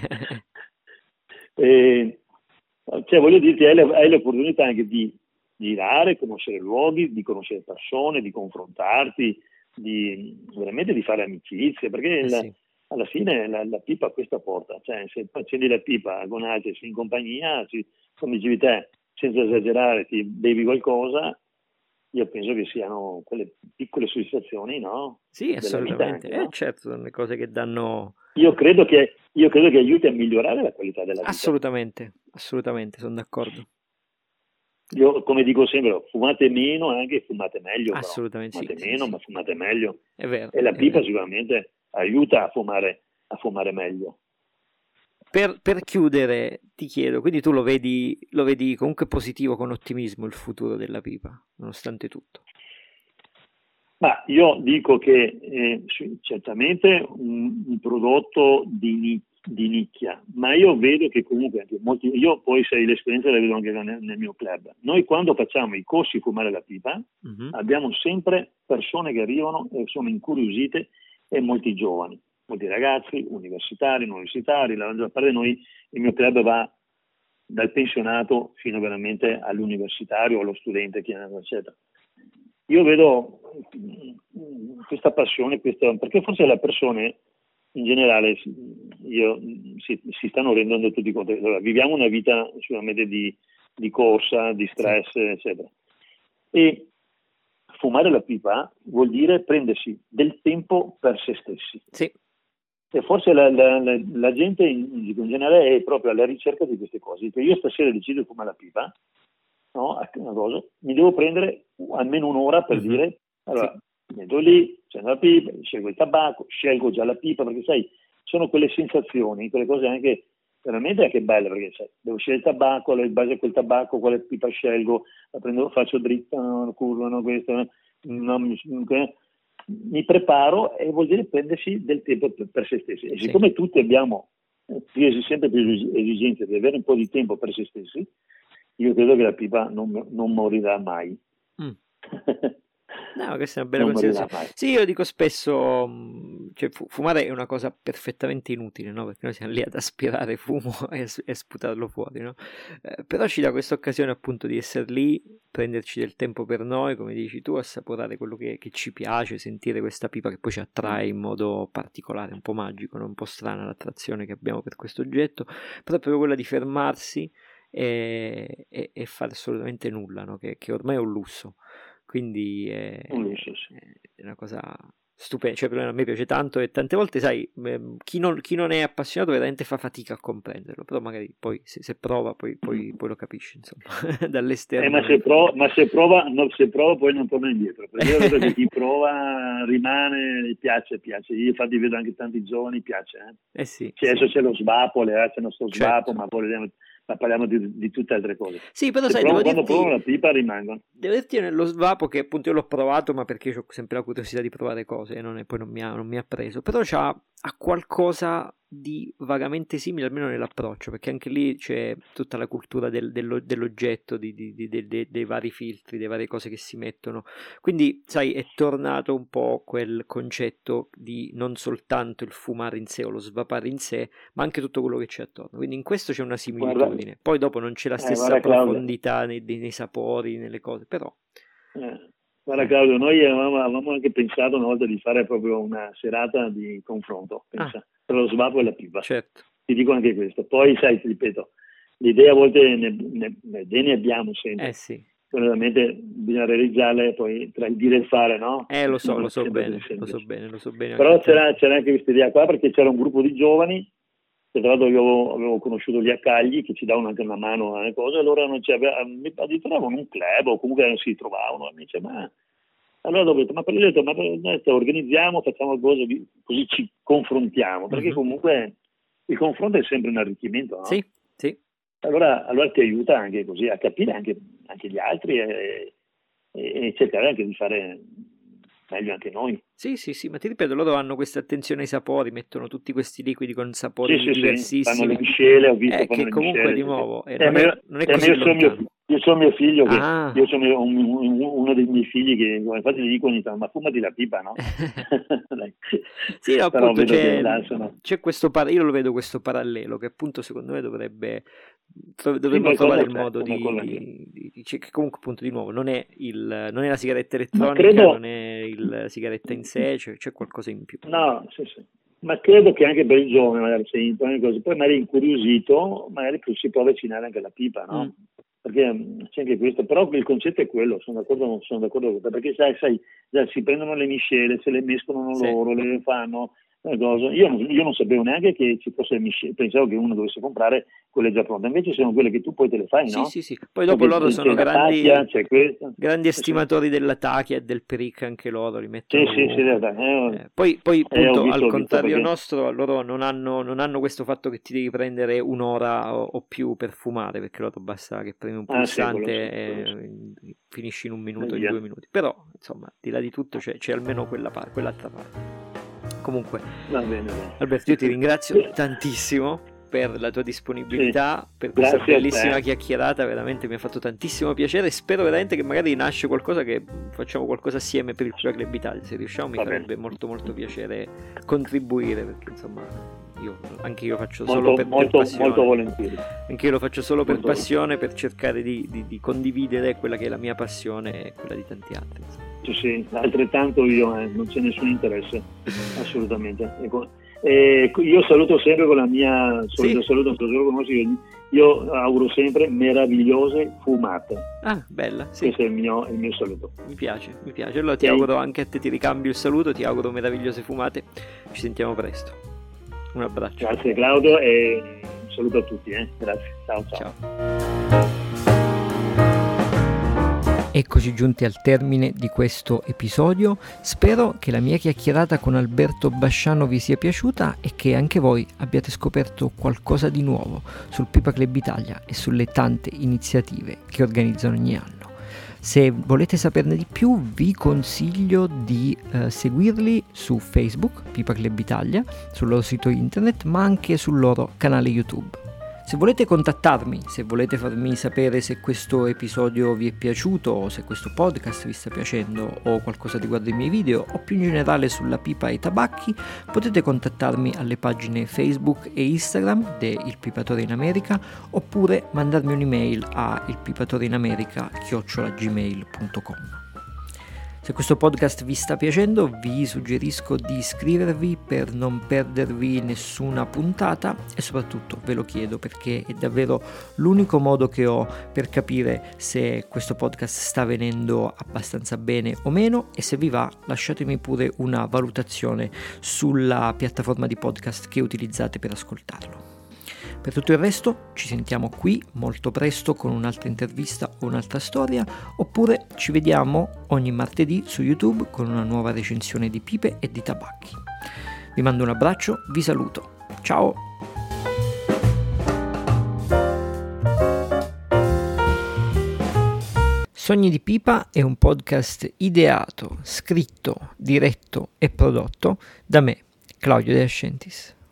e, cioè, voglio dirti, hai, hai l'opportunità anche di girare, conoscere luoghi, di conoscere persone, di confrontarti, di veramente di fare amicizie, perché eh, sì. la, alla fine la, la pipa a questa porta, cioè se accendi la pipa con altri in compagnia, ci, come dicevi te, senza esagerare, ti bevi qualcosa, io penso che siano quelle piccole soddisfazioni, no? Sì, assolutamente, anche, no? Eh, certo, sono le cose che danno... Io credo che, io credo che aiuti a migliorare la qualità della vita. Assolutamente, assolutamente, sono d'accordo. Io, come dico sempre, fumate meno e anche fumate meglio. Assolutamente fumate sì. meno, sì, ma sì. fumate meglio. È vero. E la pipa vero. sicuramente aiuta a fumare, a fumare meglio. Per, per chiudere, ti chiedo, quindi tu lo vedi, lo vedi comunque positivo, con ottimismo, il futuro della pipa, nonostante tutto? Ma io dico che eh, certamente un, un prodotto di, di nicchia, ma io vedo che comunque anche molti, io poi sai l'esperienza la vedo anche nel, nel mio club. Noi quando facciamo i corsi fumare la pipa, uh-huh. abbiamo sempre persone che arrivano e sono incuriosite, e molti giovani, molti ragazzi, universitari, non universitari, la maggior parte di noi, il mio club va dal pensionato fino veramente all'universitario, allo studente, eccetera. Io vedo questa passione, questa, perché forse le persone in generale io, si, si stanno rendendo tutti conto. Allora, viviamo una vita solamente di, di corsa, di stress, sì. eccetera. E fumare la pipa vuol dire prendersi del tempo per se stessi. Sì. E forse la, la, la, la gente in, in generale è proprio alla ricerca di queste cose. Io stasera decido di fumare la pipa, no, una cosa, mi devo prendere almeno un'ora per uh-huh. dire, allora, sì. metto lì, accendo la pipa, scelgo il tabacco, scelgo già la pipa, perché sai, sono quelle sensazioni, quelle cose anche veramente anche belle, perché sai, devo scegliere il tabacco, in base a quel tabacco, quale pipa scelgo, la prendo, faccio dritta, no, curva, no, questa, no, mi, mi preparo, e vuol dire prendersi del tempo per, per se stessi. E sì. siccome tutti abbiamo più, sempre più esigenze di avere un po' di tempo per se stessi, io credo che la pipa non, non morirà mai. Mm. No, questa è una bella non considerazione. Sì, io dico spesso, cioè, fumare è una cosa perfettamente inutile, no? Perché noi siamo lì ad aspirare fumo e, e sputarlo fuori, no? Eh, però ci dà questa occasione appunto di essere lì, prenderci del tempo per noi, come dici tu, assaporare quello che, che ci piace, sentire questa pipa che poi ci attrae in modo particolare, un po' magico, no? Un po' strana l'attrazione che abbiamo per questo oggetto, però proprio quella di fermarsi e, e, e fare assolutamente nulla, no? Che, che ormai è un lusso. Quindi è, un lusso, sì. è una cosa stupenda, cioè a me piace tanto, e tante volte sai, chi non, chi non è appassionato veramente fa fatica a comprenderlo, però magari poi se, se prova poi, poi, poi lo capisce, insomma. Dall'esterno. Eh, ma, se prova, ma se prova no, se prova poi non torna indietro, perché io vedo che chi prova rimane, gli piace, piace. Io infatti vedo anche tanti giovani, piace. Eh, eh sì, cioè, sì. Adesso c'è lo svapo, le ragazze non sto svapo, Certo. ma vogliamo... ma parliamo di, di tutte altre cose. Sì, però Se sai, provano, devo quando dirti, provano la pipa rimangono. Devo dirti nello svapo che appunto io l'ho provato, ma perché ho sempre la curiosità di provare cose e non è, poi non mi, ha, non mi ha preso, però c'ha, ha qualcosa di vagamente simile, almeno nell'approccio, perché anche lì c'è tutta la cultura del, dello, dell'oggetto, di, di, di, di, dei, dei vari filtri, delle varie cose che si mettono, quindi sai, è tornato un po' quel concetto di non soltanto il fumare in sé o lo svapare in sé, ma anche tutto quello che c'è attorno, quindi in questo c'è una similitudine. Guarda, poi dopo non c'è la stessa eh, profondità nei, nei sapori, nelle cose, però eh. Guarda Claudio, noi avevamo, avevamo anche pensato una volta di fare proprio una serata di confronto, pensa, Ah. tra lo svapo e la pipa. Certo. Ti dico anche questo. Poi, sai, ti ripeto, l'idea a volte ne, ne, ne, ne abbiamo sempre. Eh sì. Veramente bisogna realizzarle, poi tra il dire e il fare, no? Eh, lo so, non lo so sempre bene, così lo so semplice. bene, lo so bene. Però anche te. c'era, c'era anche questa idea qua, perché c'era un gruppo di giovani, che tra l'altro io avevo, avevo conosciuto gli Accagli, che ci davano anche una mano a cose, allora non c'era, addirittura avevano un club, o comunque non si trovavano, e mi dice, ma... Allora ho detto, ma per ho detto, ma per, organizziamo, facciamo cose, così ci confrontiamo, perché Mhm. comunque il confronto è sempre un arricchimento, no? Sì, sì. Allora, allora ti aiuta anche così a capire anche, anche gli altri e, e, e cercare anche di fare meglio anche noi. Sì, sì, sì, ma ti ripeto, loro hanno questa attenzione ai sapori, mettono tutti questi liquidi con sapori Sì, sì, sì, diversissimi. fanno le miscele, ho visto, Eh, fanno che le comunque miscele. di sì, nuovo sì. eh, Eh, non, ma è, io, non è eh, ma così io so mio, lontano. io so mio figlio che Ah. io sono mio, un, un, uno dei miei figli che infatti gli dico ogni tanto, ma fumati la pipa, no? Sì, no, Però appunto vedo che c'è, là sono... c'è questo par- io lo vedo questo parallelo che appunto secondo me dovrebbe tro- dovremmo qualcosa trovare il c'è, modo di, qualcosa di, di- di- cioè, che comunque appunto di nuovo non è, il, non è la sigaretta Ma elettronica, credo... non è il- la sigaretta in sé, c'è, c'è qualcosa in più. No, sì, sì. Ma credo che anche per il giovane, magari se impone cose, poi magari incuriosito, magari più si può avvicinare anche alla pipa, no? Mm. Perché mh, c'è anche questo, però il concetto è quello, sono d'accordo, sono d'accordo con te, perché sai, sai, già si prendono le miscele, se le mescolano Sì. loro, le fanno, le cose. Io, non- io non sapevo neanche che ci fosse le miscele, pensavo che uno dovesse comprare quelle già pronte, invece sono quelle che tu poi te le fai, Sì, no? sì, sì. Poi dopo Perché loro c'è sono la grandi, tacchia, c'è questa. grandi Eh sì. estimatori della tachia e del peric, anche loro li Sì, mettono sì, sì, ovunque. in realtà, eh, Eh, poi, poi eh, ho appunto, visto, al ho visto contrario perché... nostro, loro non hanno, non hanno questo fatto che ti devi prendere un'ora o, o più per fumare, perché loro basta che premi un Ah, sì, quello pulsante sì, quello e sì. finisci in un E minuto, in via. due minuti. Però, insomma, di là di tutto c'è, c'è almeno quella par- quell'altra parte. Comunque, Va bene, bene. Alberto, io ti ringrazio tantissimo per la tua disponibilità, per questa Grazie a bellissima te. chiacchierata, veramente mi ha fatto tantissimo piacere. Spero veramente che magari nasce qualcosa, che facciamo qualcosa assieme per il Pipa Club Italia. Se riusciamo mi Va farebbe bene. molto molto piacere contribuire, perché insomma io, anche io faccio Molto, solo per, per molto, passione. molto volentieri. Anche io lo faccio solo per Molto passione, per cercare di, di, di condividere quella che è la mia passione e quella di tanti altri, insomma. Sì, sì, altrettanto io, eh, non c'è nessun interesse, assolutamente. Ecco. Eh, io saluto sempre con la mia solito Sì. saluto, non so se lo conosci, io auguro sempre meravigliose fumate. Ah, bella, sì. Questo è il mio, il mio saluto. Mi piace, mi piace. Allora ti Ok. auguro anche a te, ti ricambio il saluto, ti auguro meravigliose fumate. Ci sentiamo presto. Un abbraccio. Grazie Claudio e un saluto a tutti. Eh. Grazie. Ciao, ciao. Ciao. Eccoci giunti al termine di questo episodio. Spero che la mia chiacchierata con Alberto Basciano vi sia piaciuta e che anche voi abbiate scoperto qualcosa di nuovo sul Pipa Club Italia e sulle tante iniziative che organizzano ogni anno. Se volete saperne di più vi consiglio di eh, seguirli su Facebook, Pipa Club Italia, sul loro sito internet, ma anche sul loro canale YouTube. Se volete contattarmi, se volete farmi sapere se questo episodio vi è piaciuto o se questo podcast vi sta piacendo o qualcosa riguardo i miei video o più in generale sulla pipa e i tabacchi, potete contattarmi alle pagine Facebook e Instagram de Il Pipatore in America oppure mandarmi un'email a ilpipatoreinamerica chiocciola gmail punto com. Se questo podcast vi sta piacendo, vi suggerisco di iscrivervi per non perdervi nessuna puntata e soprattutto ve lo chiedo perché è davvero l'unico modo che ho per capire se questo podcast sta venendo abbastanza bene o meno e se vi va lasciatemi pure una valutazione sulla piattaforma di podcast che utilizzate per ascoltarlo. Per tutto il resto ci sentiamo qui molto presto con un'altra intervista o un'altra storia, oppure ci vediamo ogni martedì su YouTube con una nuova recensione di pipe e di tabacchi. Vi mando un abbraccio, vi saluto. Ciao! Sogni di Pipa è un podcast ideato, scritto, diretto e prodotto da me, Claudio De Ascentis.